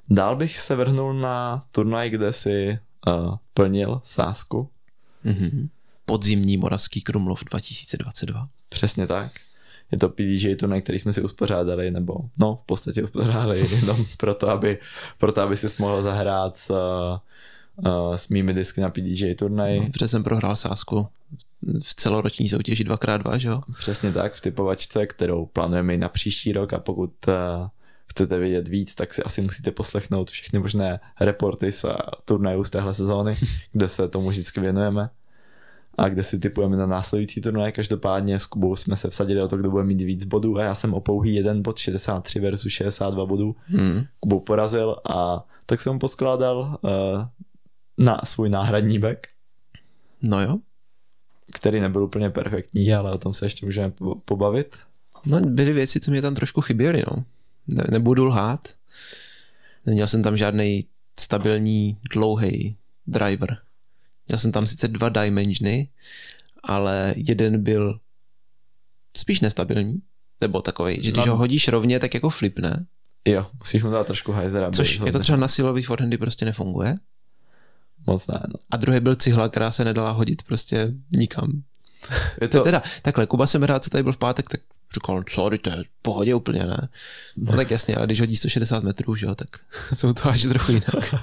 Dál bych se vrhnul na turnaj, kde si uh, plnil sázku. Mm-hmm. Podzimní Moravský Krumlov dva tisíce dvacet dva. Přesně tak. Je to P D G A turnaj, který jsme si uspořádali, nebo no, v podstatě uspořádali jenom proto, aby, proto, aby si mohl zahrát s, uh, s mými disky na P D G A turnaj. No, protože jsem prohrál sázku v celoroční soutěži dva krát dva, že jo? Přesně tak, v typovačce, kterou plánujeme i na příští rok, a pokud uh, chcete vědět víc, tak si asi musíte poslechnout všechny možné reporty z turnajů z téhle sezóny, kde se tomu vždycky věnujeme a kde si tipujeme na následující turnaj. Každopádně s Kubou jsme se vsadili o to, kdo bude mít víc bodů, a já jsem o pouhý jeden bod, šedesát tři versus šedesát dva bodů. Hmm. Kubou porazil, a tak jsem mu poskládal uh, na svůj náhradní back. No jo. Který nebyl úplně perfektní, ale o tom se ještě můžeme pobavit. No, byly věci, co mě tam trošku chyběly, no. Ne, nebudu lhát. Neměl jsem tam žádnej stabilní, dlouhý driver. Měl jsem tam sice dva dimensiony, ale jeden byl spíš nestabilní, nebo takovej, že když no. ho hodíš rovně, tak jako flipne. Jo, musíš mu dát trošku hajzera. Což jako třeba na silový forehandy prostě nefunguje. Moc ne, no. A druhý byl cihla, která se nedala hodit prostě nikam. Je to... Teda, takhle, Kuba se mi rád, co tady byl v pátek, tak říkal, sorry, to je v pohodě úplně, ne? No tak jasně, ale když hodí sto šedesát metrů, že jo, tak jsou to až trochu jinak.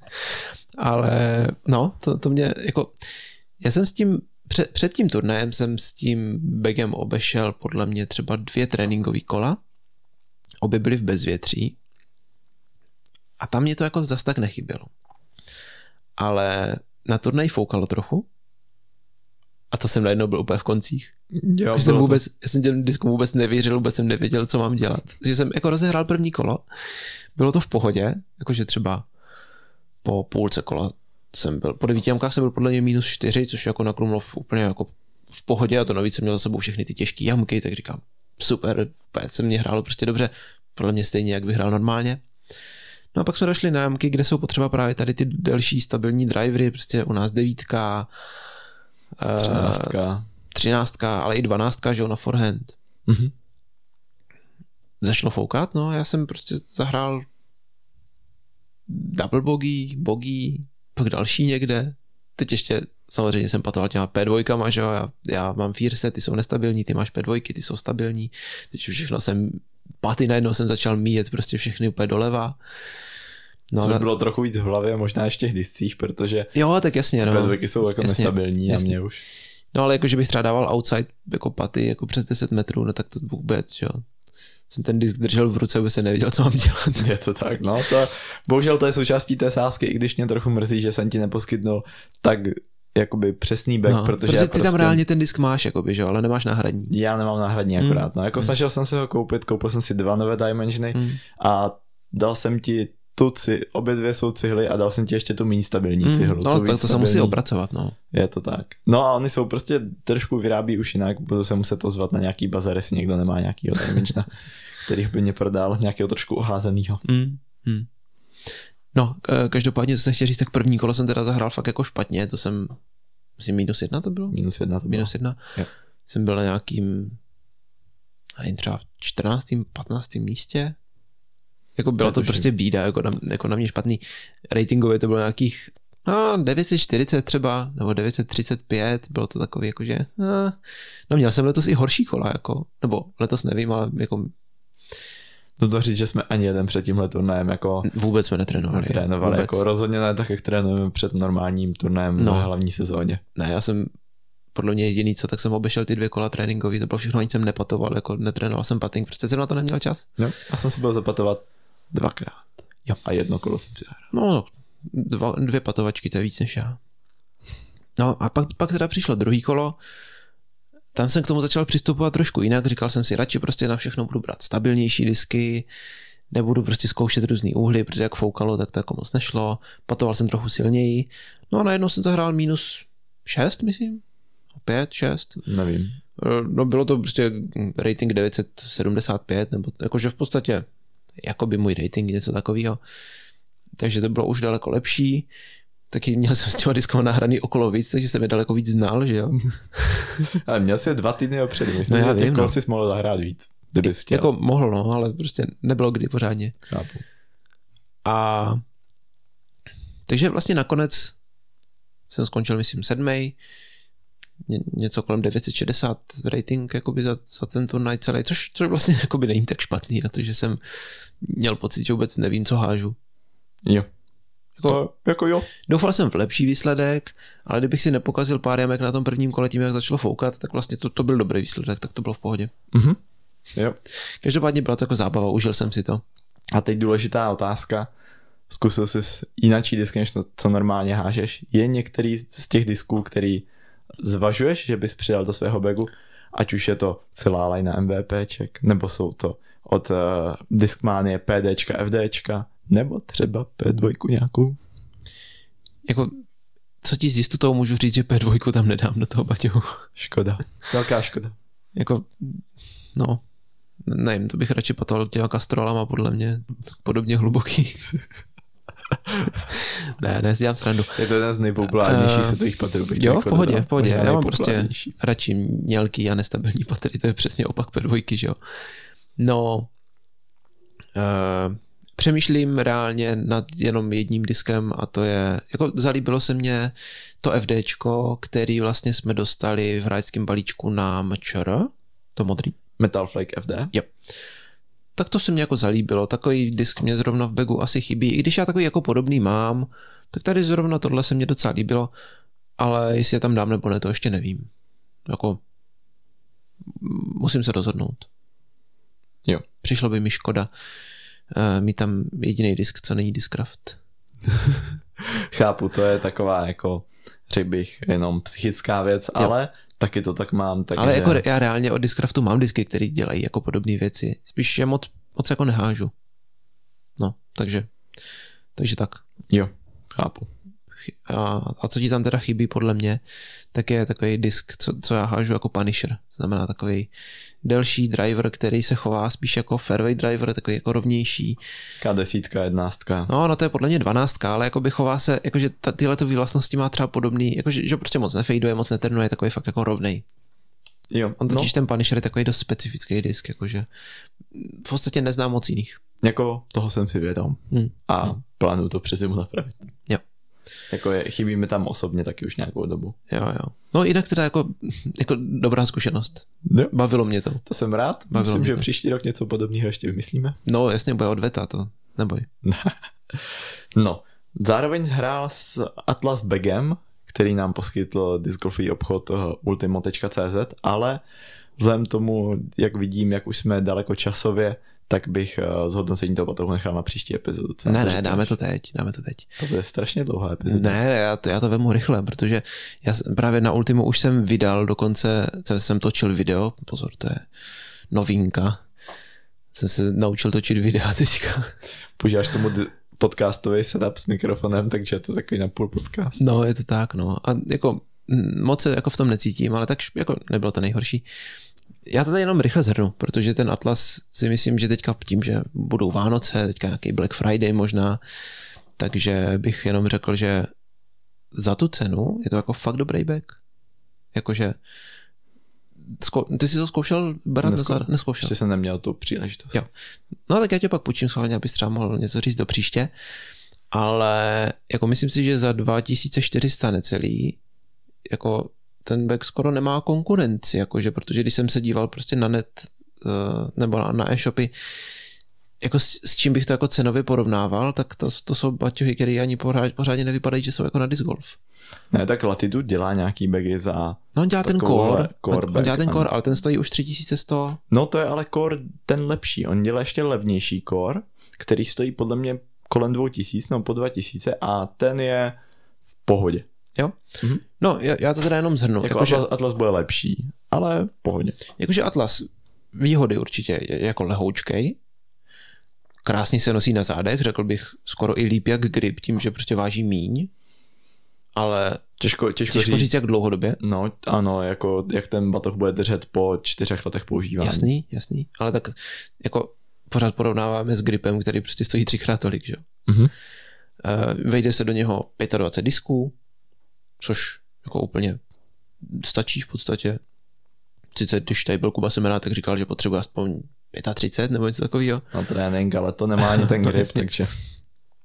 Ale no, to, to mě jako, já jsem s tím, před, před tím turnajem jsem s tím bagem obešel podle mě třeba dvě tréninkové kola, obě byly v bezvětří a tam mě to jako zas tak nechybělo. Ale na turnaji foukalo trochu a to jsem najednou byl úplně v koncích. Jo, jsem vůbec, já jsem těm diskům vůbec nevěřil, vůbec jsem nevěděl, co mám dělat. Takže jsem jako rozehrál první kolo, bylo to v pohodě, jakože třeba po půlce kola jsem byl, po devíti jamkách jsem byl podle mě minus čtyři, což jako na Krumlov úplně jako v pohodě, a to navíc jsem měl za sebou všechny ty těžké jamky, tak říkám, super, se mě hrálo prostě dobře, podle mě stejně, jak bych hrál normálně. No a pak jsme došli na jamky, kde jsou potřeba právě tady ty delší stabilní drivery, prostě u nás devítka, třináctka, třináctka, ale i dvanáctka, že jo, na forehand. Mm-hmm. Začalo foukat, no, já jsem prostě zahrál double bogey, bogey, pak další někde. Teď ještě samozřejmě jsem patoval těma P dva, že jo, já, já mám first, ty jsou nestabilní, ty máš P dva, ty jsou stabilní. Teď všechno jsem, paty najednou jsem začal míjet prostě všechny úplně doleva. No, což bylo trochu víc v hlavě, možná ještě v discích, protože jo, tak jasně, no. P dva jsou jako jasně, nestabilní jasně. Na mě už. No ale jako, že bych třeba dával outside jako paty jako přes deset metrů, no tak to vůbec, jo. Jsem ten disk držel v ruce, aby se nevěděl, co mám dělat. Je to tak, no. To, bohužel to je součástí té sázky, i když mě trochu mrzí, že jsem ti neposkytnul tak jakoby přesný back, no, protože, protože ty prostě... tam reálně ten disk máš, jakoby, že? Ale nemáš náhradní. Já nemám náhradní mm. akorát, no. Jako mm. snažil jsem se ho koupit, koupil jsem si dva nové dimensiony mm. a dal jsem ti tu ci, obě dvě jsou cihly a dal jsem ti ještě tu méně stabilní mm. cihlu. No, to, to se musí opracovat, no. Je to tak. No a oni jsou prostě trošku vyrábí už jinak, budu se muset ozvat na nějaký bazar, jestli někdo nemá nějakýho dimensiona, kterých by mě prodal, nějakého trošku oházenýho. Mm. Mm. No, každopádně, co jsem chtěl říct, tak první kolo jsem teda zahrál fakt jako špatně, to jsem, myslím, minus jedna to bylo? Minus jedna to bylo. Minus jedna. Jo. Jsem byl na nějakým, nevím, třeba čtrnáctém, patnáctém místě. Jako bylo to, to prostě bída, jako na, jako na mě špatný. Ratingově to bylo nějakých no, devět set čtyřicet třeba, nebo devět set třicet pět, bylo to takový jakože, no, no měl jsem letos i horší kola, jako, nebo letos nevím, ale jako no to říct, že jsme ani jeden před tímhle turnajem jako vůbec jsme netrénovali. Netrénovali, vůbec. Jako rozhodně ne tak, jak trénujeme před normálním turnajem no. v hlavní sezóně. Ne, já jsem podle mě jediný, co, tak jsem obešel ty dvě kola tréninkový, to bylo všechno, ani jsem nepatoval, jako netrénoval jsem putting, prostě jsem na to neměl čas. Jo, já jsem si byl zapatovat dvakrát. Jo. A jedno kolo jsem si zahrál. No, dva, dvě patovačky, to je víc než já. No a pak, pak teda přišlo druhý kolo, tam jsem k tomu začal přistupovat trošku jinak, říkal jsem si, radši prostě na všechno budu brát stabilnější disky, nebudu prostě zkoušet různý úhly, protože jak foukalo, tak to jako moc nešlo, patoval jsem trochu silněji, no a najednou jsem zahrál minus šest, myslím, pět, šest. Nevím. No bylo to prostě rating devět set sedmdesát pět, nebo jakože v podstatě jakoby můj rating, něco takového, takže to bylo už daleko lepší. Taky měl jsem s těma diskama nahraný okolo víc, takže jsem je daleko víc znal, že jo. Ale měl jsi dva týdny opředu, myslím, no, že těch kol jsi mohl zahrát víc, kdybys chtěl. Jako mohl, no, ale prostě nebylo kdy pořádně. Chápu. A takže vlastně nakonec jsem skončil, myslím, sedmej, ně, něco kolem devět set šedesát rating jakoby za, za ten turnaj celý, což, což vlastně jakoby není tak špatný, na to, že jsem měl pocit, že vůbec nevím, co hážu. Jo. Jako, to, jako jo. Doufal jsem v lepší výsledek, ale kdybych si nepokazil pár jamek na tom prvním kole tím, jak začalo foukat, tak vlastně to, to byl dobrý výsledek, tak to bylo v pohodě. Mhm. Jo. Každopádně byla to jako zábava, užil jsem si to. A teď důležitá otázka. Zkusil jsi jinačí disk, než co normálně hážeš. Je některý z těch disků, který zvažuješ, že bys přidal do svého bagu? Ať už je to celá lajna MVPček, nebo jsou to od uh, Discmanie PDčka, FDčka, nebo třeba P dva nějakou? Jako, co ti s jistotou můžu říct, že P dva tam nedám do toho baťohu. Škoda. Velká škoda. Jako, no, nevím, to bych radši patoval těma kastrolama, podle mě, podobně hluboký. ne, ne, si dělám srandu. Je to jeden z nejpopulárnějších uh, světových paterů. Jo, v pohodě, v pohodě. Já mám prostě radši mělký a nestabilní patery, to je přesně opak P dva, že jo. No, uh, přemýšlím reálně nad jenom jedním diskem a to je, jako zalíbilo se mně to FDčko, který vlastně jsme dostali v hráčském balíčku na M Č R, to modrý. Metal Flake F D? Jo. Tak to se mně jako zalíbilo, takový disk mě zrovna v bagu asi chybí, i když já takový jako podobný mám, tak tady zrovna tohle se mně docela líbilo, ale jestli je tam dám nebo ne, to ještě nevím. Jako musím se rozhodnout. Jo. Přišlo by mi škoda uh, mít tam jediný disk, co není Discraft. Chápu, to je taková jako, řekl bych, jenom psychická věc, jo. Ale taky to tak mám. Takže... Ale jako já reálně od Discraftu mám disky, které dělají jako podobné věci. Spíš je moc, moc jako nehážu. No, takže takže tak. Jo, chápu. A, a co ti tam teda chybí podle mě, tak je takový disk, co, co já hážu jako Punisher. Znamená takový delší driver, který se chová spíš jako fairway driver, takový jako rovnější. K deset, jedenáctka. No, no to je podle mě dvanáctka, ale jakoby chová se, jakože ta, tyhle vlastnosti má třeba podobný, jakože že prostě moc nefejduje, moc neternuje, takový fakt jako rovnej. Jo. On totiž no. ten Punisher je takový dost specifický disk, jakože v podstatě neznám moc jiných. Jako toho jsem si vědom. Hmm. A hmm. plánuju to přes zimu napravit. Jo. Jako je, chybí mi tam osobně taky už nějakou dobu. Jo, jo. No jinak teda jako, jako dobrá zkušenost. Jo. Bavilo mě to. To jsem rád. Bavilo Myslím, že to. Příští rok něco podobného ještě vymyslíme. No jasně, bude odveta, to neboj. No, zároveň hrál s Atlas Bagem, který nám poskytl discgolfový obchod ultimo tečka cé zet, ale vzhledem tomu, jak vidím, jak už jsme daleko časově, tak bych zhodnocení toho batohu nechal na příští epizodu. Co ne, to ne, říkáš? dáme to teď, dáme to teď. To bude strašně dlouhá epizoda. Ne, já to, já to vemu rychle, protože já právě na Ultimu už jsem vydal, dokonce jsem točil video, pozor, to je novinka, jsem se naučil točit videa teďka. Používáš tomu podcastový setup s mikrofonem, takže je to takový napůl podcast. No, je to tak, no. A jako moc se jako v tom necítím, ale tak jako nebylo to nejhorší. Já to tady jenom rychle zhrnu, protože ten Atlas si myslím, že teďka tím, že budou Vánoce, teďka nějaký Black Friday možná, takže bych jenom řekl, že za tu cenu je to jako fakt dobrý bag. Jakože zko- ty jsi to zkoušel brát? Nesko- Neskoušel. Ještě jsem neměl tu příležitost. Jo. No tak já tě pak půjčím schválně, abys třeba mohl něco říct do příště, ale jako myslím si, že za dva tisíce čtyři sta necelý jako ten bag skoro nemá konkurenci, jakože, protože když jsem se díval prostě na net nebo na, na e-shopy, jako s, s čím bych to jako cenově porovnával, tak to, to jsou baťohy, které ani pořád, pořádně nevypadají, že jsou jako na disc golf. Ne, tak Latitude dělá nějaký bagy za... No on dělá ten core, core on, on dělá ten core, ale ten stojí už tři tisíce sto. No to je ale core ten lepší, on dělá ještě levnější core, který stojí podle mě kolem dvou tisíc nebo po dva tisíce a ten je v pohodě. Jo? Mhm. No, já, já to teda jenom zhrnu. Jako jako Atlas, že, Atlas bude lepší, ale v pohodě. Jakože Atlas, výhody určitě, je jako lehoučkej, krásně se nosí na zádech, řekl bych skoro i líp jak grip, tím, že prostě váží míň, ale těžko, těžko, těžko říct, říct jak dlouhodobě. No, ano, jako jak ten batoh bude držet po čtyřech letech používání. Jasný, jasný, ale tak jako pořád porovnáváme s gripem, který prostě stojí třikrát tolik, že jo. Mm-hmm. Vejde se do něho dvacet pět disků, což jako úplně stačí v podstatě. Sice když tady byl Kuba Semena, tak říkal, že potřebuje aspoň třicet pět nebo něco takového. No trénink, ale to nemá ani ten grip, takže...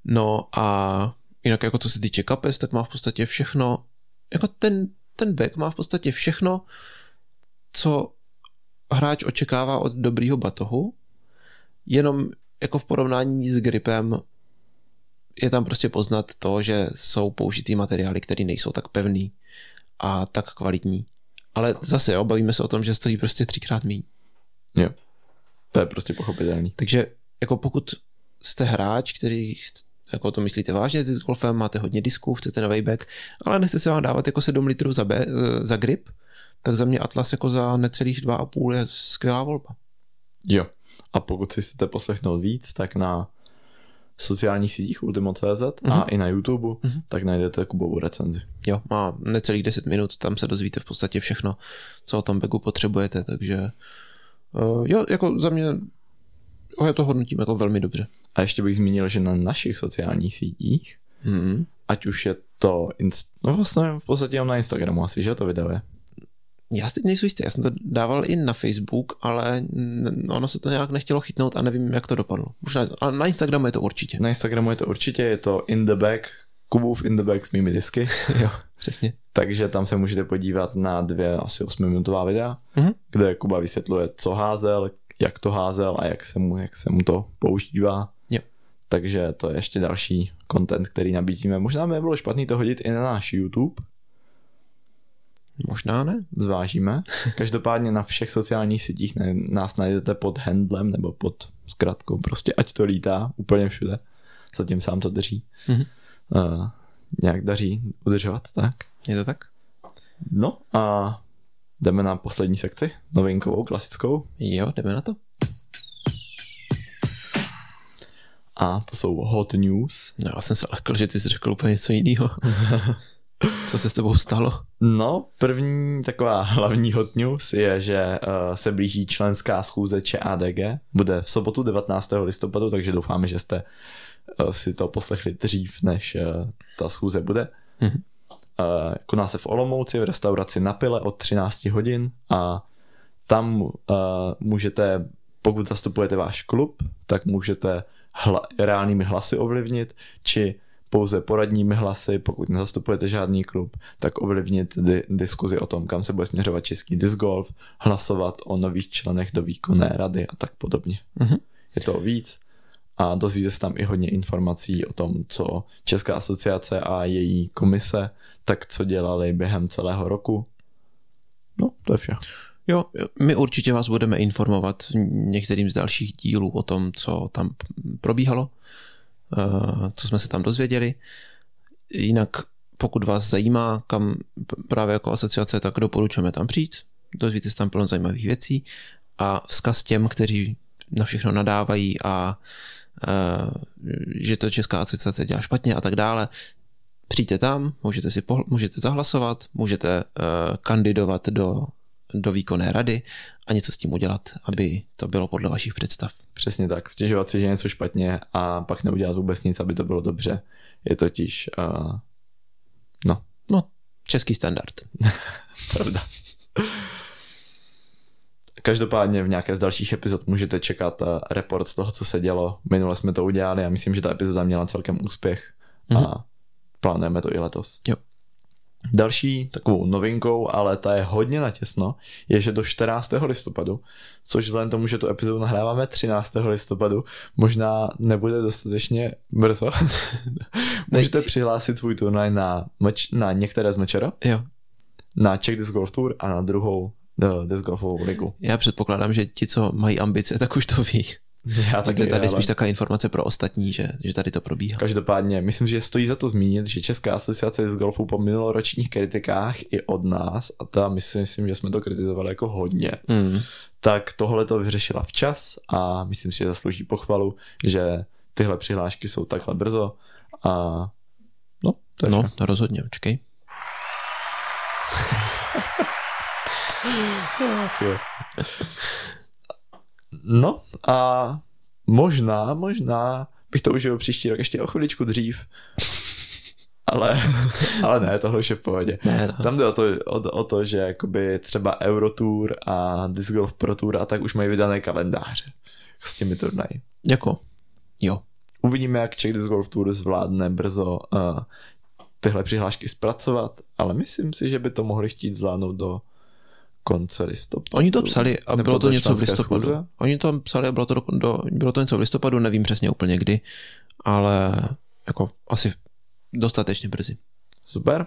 No a jinak jako co se týče kapes, tak má v podstatě všechno, jako ten, ten bag má v podstatě všechno, co hráč očekává od dobrýho batohu, jenom jako v porovnání s gripem je tam prostě poznat to, že jsou použitý materiály, které nejsou tak pevný a tak kvalitní. Ale zase jo, bavíme se o tom, že stojí prostě třikrát míň. Jo, to je prostě pochopitelný. Takže jako pokud jste hráč, který jako to myslíte vážně s disc golfem, máte hodně disků, chcete nový bag, ale nechce se vám dávat jako sedm litrů za, be, za grip, tak za mě Atlas jako za necelých dva a půl je skvělá volba. Jo. A pokud si chcete poslechnout víc, tak na sociálních sítích Ultimo tečka cé zet mm-hmm. a i na YouTube, mm-hmm. tak najdete Kubovu recenzi. Jo, má necelých deset minut, tam se dozvíte v podstatě všechno, co o tom bagu potřebujete, takže uh, jo, jako za mě oh, já to hodnotím jako velmi dobře. A ještě bych zmínil, že na našich sociálních sítích, mm-hmm. ať už je to, inst- no vlastně v podstatě jenom na Instagramu asi, že to video je. Já si teď nejsou jistý, já jsem to dával i na Facebook, ale ono se to nějak nechtělo chytnout a nevím, jak to dopadlo. Možná, ale na Instagramu je to určitě. Na Instagramu je to určitě, je to In The Bag, Kubův In The Bag s mými disky. Jo, přesně. Takže tam se můžete podívat na dvě asi osmiminutová videa, mm-hmm. kde Kuba vysvětluje, co házel, jak to házel a jak se mu, jak se mu to používá. Jo. Takže to je ještě další content, který nabízíme. Možná by bylo špatný to hodit i na náš YouTube. Možná ne. Zvážíme. Každopádně na všech sociálních sítích nás najdete pod handlem nebo pod zkratkou. Prostě ať to lítá úplně všude. Zatím sám to drží. Mm-hmm. Uh, nějak daří udržovat, tak? Je to tak? No a jdeme na poslední sekci. Novinkovou, klasickou. Jo, jdeme na to. A to jsou hot news. No, já jsem se lekl, že ty jsi řekl úplně něco jiného. Co se s tebou stalo? No, první taková hlavní hot news je, že uh, se blíží členská schůze ČADG. Bude v sobotu devatenáctého listopadu, takže doufáme, že jste uh, si to poslechli dřív, než uh, ta schůze bude. Mm-hmm. Uh, koná se v Olomouci v restauraci Na Pile od třináct hodin a tam uh, můžete, pokud zastupujete váš klub, tak můžete hla- reálnými hlasy ovlivnit, či pouze poradními hlasy, pokud nezastupujete žádný klub, tak ovlivnit di- diskuzi o tom, kam se bude směřovat český disc golf, hlasovat o nových členech do výkonné rady a tak podobně. Mm-hmm. Je to víc a dozvíte se tam i hodně informací o tom, co Česká asociace a její komise, tak co dělali během celého roku. No, to je vše. Jo, my určitě vás budeme informovat v některým z dalších dílů o tom, co tam probíhalo, co jsme se tam dozvěděli. Jinak pokud vás zajímá, kam právě jako asociace, tak doporučujeme tam přijít. Dozvíte se tam plno zajímavých věcí a vzkaz těm, kteří na všechno nadávají a že to Česká asociace dělá špatně a tak dále. Přijďte tam, můžete si pohl- můžete zahlasovat, můžete kandidovat do do výkonné rady a něco s tím udělat, aby to bylo podle vašich představ. Přesně tak, stěžovat si, že něco špatně a pak neudělat vůbec nic, aby to bylo dobře. Je totiž uh, no. No, český standard. Pravda. Každopádně v nějaké z dalších epizod můžete čekat uh, report z toho, co se dělo. Minule jsme to udělali a myslím, že ta epizoda měla celkem úspěch mm-hmm. a plánujeme to i letos. Jo. Další takovou novinkou, ale ta je hodně natěsno, je, že do čtrnáctého listopadu, což vzhledem tomu, že tu epizodu nahráváme třináctého listopadu, možná nebude dostatečně brzo. Můžete přihlásit svůj turnaj na, meč, na některé z mečera, jo. na Czech Disc Golf Tour a na druhou uh, Disc Golfovou ligu. Já předpokládám, že ti, co mají ambice, tak už to ví. Já taky, tady ale... spíš taková informace pro ostatní, že, že tady to probíhá. Každopádně, myslím, že stojí za to zmínit, že Česká asociace z golfu po minuloročních kritikách i od nás, a ta myslím, myslím že jsme to kritizovali jako hodně, mm. tak tohle to vyřešila včas a myslím si, že zaslouží pochvalu, že tyhle přihlášky jsou takhle brzo a no, to je No, vše. to rozhodně, počkej. No a možná, možná bych to užil příští rok ještě o chviličku dřív, ale, ale ne, tohle už je v pohodě. Ne, no. Tam jde o to, o, o to, že jakoby třeba Eurotour a Disc Golf Pro Tour a tak už mají vydané kalendáře s těmi turnaji. Jako, jo. Uvidíme, jak Czech Disc Golf Tour zvládne brzo uh, tyhle přihlášky zpracovat, ale myslím si, že by to mohli chtít zvládnout do konce listopadu. Oni to psali a bylo to něco v listopadu. Schůze? Oni to psali a bylo to, do, do, bylo to něco v listopadu, nevím přesně úplně kdy, ale jako asi dostatečně brzy. Super.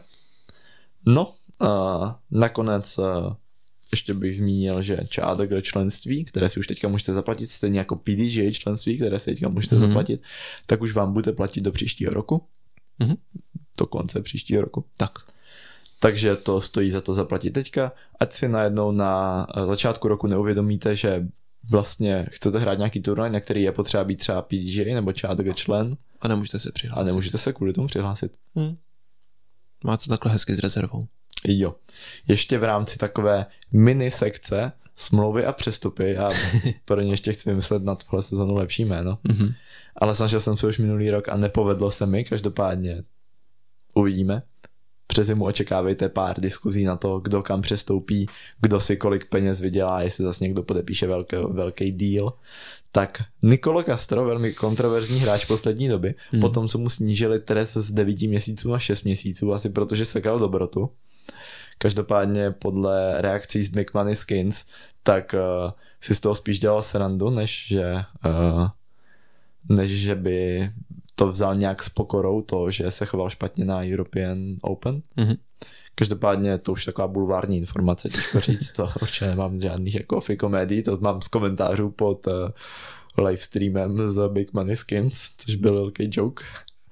No, uh, nakonec uh, ještě bych zmínil, že Č A D G členství, které si už teďka můžete zaplatit, stejně jako P D G A členství, které si teďka můžete mm-hmm. zaplatit, tak už vám bude platit do příštího roku. Mm-hmm. Do konce příštího roku. Tak. Takže to stojí za to zaplatit teďka, ať si najednou na začátku roku neuvědomíte, že vlastně chcete hrát nějaký turnaj, na který je potřeba být třeba P D G A nebo Č A D G člen. A nemůžete se přihlásit. A nemůžete se kvůli tomu přihlásit. Hmm. Máte to takhle hezky s rezervou. Jo. Ještě v rámci takové mini sekce smlouvy a přestupy. Já pro ně ještě chci vymyslet na tohle sezonu lepší jméno. Mm-hmm. Ale snažil jsem se už minulý rok a nepovedlo se mi. Každopádně uvidíme. Přes zimu očekávejte pár diskuzí na to, kdo kam přestoupí, kdo si kolik peněz vydělá, jestli zase někdo podepíše velký, velký deal. Tak Nicolo Castro, velmi kontroverzní hráč poslední doby, hmm. potom co mu snížili trest z devíti měsíců na šest měsíců, asi protože sekal dobrotu. Každopádně podle reakcí z Big Money Skins, tak uh, si z toho spíš dělal srandu, než že, uh, než že by to vzal nějak s pokorou, to, že se choval špatně na European Open. Mm-hmm. Každopádně to už taková bulvární informace, těžko říct, to určitě nemám žádných jako fikomédií, to mám z komentářů pod uh, livestreamem z Big Money Skins, což byl velký joke.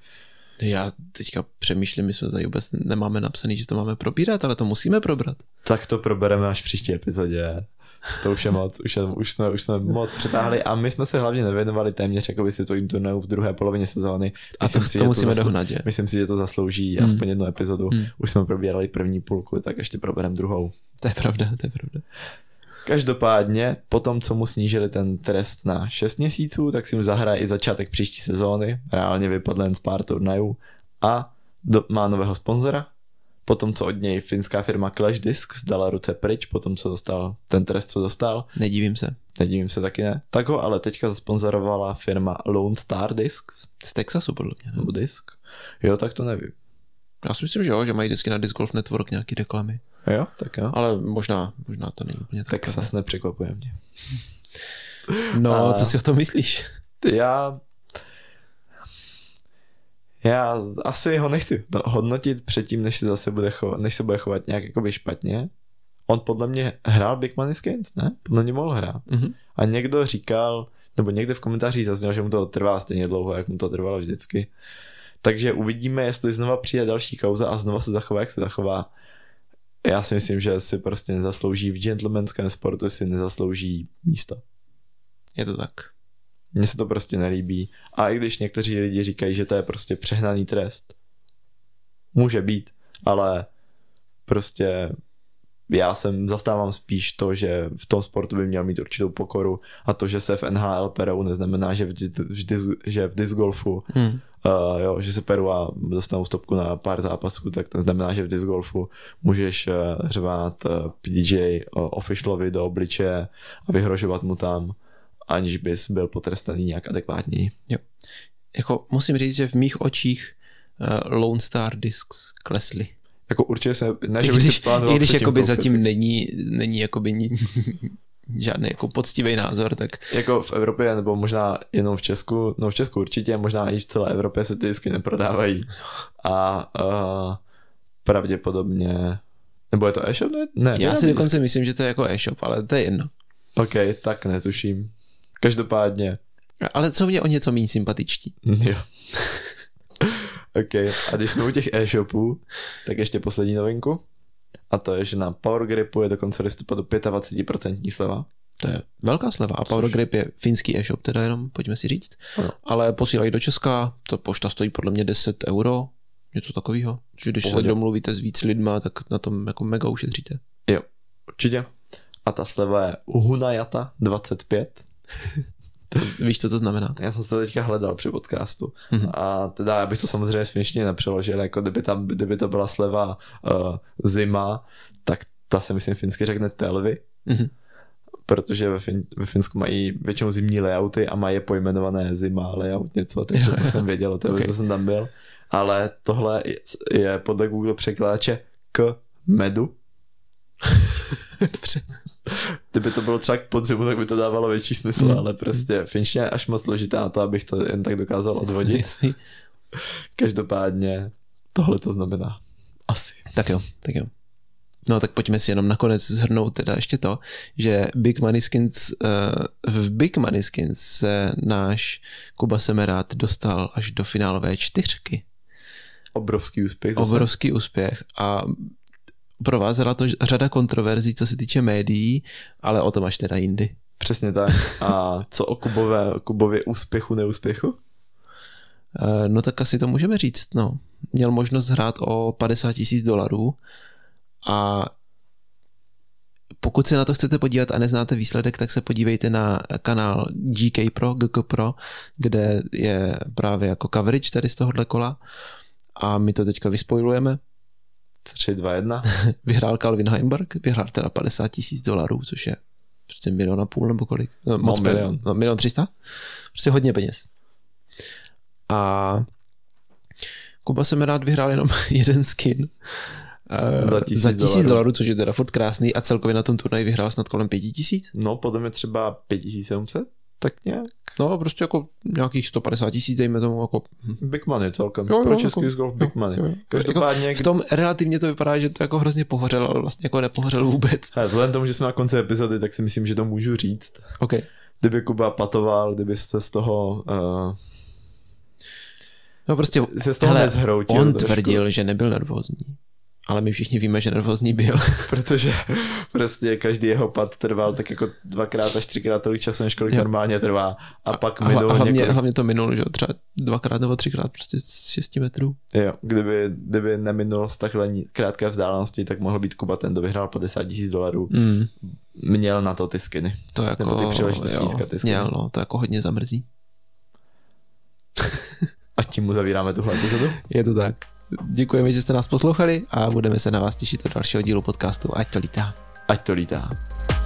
Já teďka přemýšlím, my jsme tady vůbec nemáme napsaný, že to máme probírat, ale to musíme probrat. Tak to probereme až v příští epizodě. To už je moc, už, je, už, jsme, už jsme moc přetáhli a my jsme se hlavně nevěnovali téměř jakoby světovým turnajům v druhé polovině sezóny. A to, si, to musíme to zaslu- dohnat, že? Myslím si, že to zaslouží hmm. aspoň jednu epizodu. Hmm. Už jsme probírali první půlku, tak ještě probereme druhou. To je pravda, to je pravda. Každopádně, potom, co mu snížili ten trest na šest měsíců, tak si mu zahraje i začátek příští sezóny. Reálně vypadl jen z pár turnajů a do, má nového sponzora. Potom, co od něj finská firma Clash Discs dala ruce pryč, potom, co dostal ten trest, co dostal. Nedivím se. Nedivím se taky ne. Tak ho ale teďka zasponzorovala firma Lone Star Discs. Z Texasu podle mě. Nebo disk. Jo, tak to nevím. Já si myslím, že jo, že mají disky na Disc Golf Network nějaký reklamy. Jo, tak jo. Ale možná, možná to není úplně tak. Texas nepřekvapuje mě. No, a co si o tom myslíš? Já... Já asi ho nechci hodnotit předtím, než se zase bude chovat, než se bude chovat nějak jakoby špatně. On podle mě hrál Big Money Skins, ne? Podle mě mohl hrát. Mm-hmm. A někdo říkal, nebo někde v komentářích zazněl, že mu to trvá stejně dlouho, jak mu to trvalo vždycky. Takže uvidíme, jestli znova přijde další kauza a znova se zachová, jak se zachová. Já si myslím, že si prostě nezaslouží v gentlemanském sportu, si nezaslouží místo. Je to tak. Mně se to prostě nelíbí. A i když někteří lidi říkají, že to je prostě přehnaný trest, může být, ale prostě já jsem zastávám spíš to, že v tom sportu by měl mít určitou pokoru a to, že se v N H L perou, neznamená, že v, vždy, že v disc golfu hmm. uh, jo, že se peru a dostanou stopku na pár zápasů, tak to znamená, že v disc golfu můžeš uh, řvát uh, P D G A uh, officialovi do obličeje a vyhrožovat mu tam, aniž bys byl potrestaný nějak adekvátní. Jo. Jako musím říct, že v mých očích uh, Lone Star Discs klesly. Jako určitě se, ne, že bych si plánoval I když jakoby koupit, zatím tak... není, není jakoby ní, žádný jako poctivý názor, tak... Jako v Evropě, nebo možná jenom v Česku, no v Česku určitě, možná i v celé Evropě se ty disky neprodávají. A uh, pravděpodobně... Nebo je to e-shop? Ne, ne Já si dokonce disky. Myslím, že to je jako e-shop, ale to je jedno. OK, tak netuším. Každopádně. Ale co mě o něco méně sympatičtí. Jo. OK, a když jsme u těch e-shopů, tak ještě poslední novinku. A to je, že na Power Gripu je do konce listopadu dvacet pět procent sleva. To je velká sleva. A Power Grip je finský e-shop, teda jenom, pojďme si říct. No. Ale posílají do Česka, to pošta stojí podle mě deset euro, něco takového. Že když Pohodě. se domluvíte s víc lidma, tak na tom jako mega ušetříte. Jo, určitě. A ta sleva je Hunajata dvacet pět. Co, víš, co to znamená? Já jsem se to teďka hledal při podcastu. Mm-hmm. A teda já bych to samozřejmě z finštiny nepřeložil, jako kdyby, tam, kdyby to byla sleva uh, zima, tak ta se myslím finsky řekne telvy. Mm-hmm. protože ve, fin- ve Finsku mají většinou zimní layouty a mají je pojmenované zima, layout, něco, takže to jsem věděl, to okay. jsem tam byl. Ale tohle je, je podle Google překládače k medu. Kdyby to bylo třeba k podzimu, tak by to dávalo větší smysl, mm. ale prostě finština je až moc složitá na to, abych to jen tak dokázal odvodit. Jasný. Každopádně tohle to znamená asi. Tak jo, tak jo. No tak pojďme si jenom nakonec zhrnout teda ještě to, že Big Moneyskins, uh, v Big Moneyskins se náš Kuba Semerád dostal až do finálové čtyřky. Obrovský úspěch. Zase. Obrovský úspěch a provázela to řada kontroverzí, co se týče médií, ale o tom až teda jindy. Přesně tak. A co o Kubové, Kubově úspěchu, neúspěchu? Uh, no tak asi to můžeme říct, no. Měl možnost hrát o padesát tisíc dolarů a pokud se na to chcete podívat a neznáte výsledek, tak se podívejte na kanál G K Pro, G K Pro, kde je právě jako coverage tady z tohohle kola a my to teďka vyspojujeme. tři, dva, jedna Vyhrál Calvin Heimberg, vyhrál teda padesát tisíc dolarů, což je prostě milion a půl nebo kolik? No, moc no, milion. No, milion třista? Prostě hodně peněz. A Kuba Semerád vyhrál jenom jeden skin za tisíc, za tisíc dolarů, což je teda furt krásný a celkově na tom turnaji vyhrál snad kolem pěti tisíc? No, podle mě třeba pět tisíc sedm set, tak nějak. No, prostě jako nějakých sto padesát tisíc, dejme tomu jako... Big money celkem, jo, jo, pro český jako, golf big jo, money. Jo, jo. Každopádně... Jako v tom relativně to vypadá, že to jako hrozně pohořel, ale vlastně jako nepohořel vůbec. Hele, vzhledem tomu, že jsme na konci epizody, tak si myslím, že to můžu říct. Okay. Kdyby Kuba patoval, kdybyste z toho... Uh... No prostě, se z toho hele, nezhroutil. On trošku. tvrdil, že nebyl nervózní. Ale my všichni víme, že nervózní byl. Protože prostě každý jeho pad trval tak jako dvakrát až třikrát tolik času, než kolik jo. normálně trvá. A pak a, minul a hlavně, několik... hlavně to minul, že třeba dvakrát nebo třikrát prostě z šesti metrů. Jo, kdyby, kdyby neminul z takhle krátké vzdálenosti, tak mohl být Kuba ten, kdo vyhrál padesát tisíc dolarů. Mm. Měl na to ty skiny. To jako, nebo ty příležitosti získat ty skiny. Měl, no, to jako hodně zamrzí. A tím mu zavíráme tuhle epizodu. Je to tak. Děkujeme, že jste nás poslouchali a budeme se na vás těšit do dalšího dílu podcastu Ať to lítá. Ať to lítá.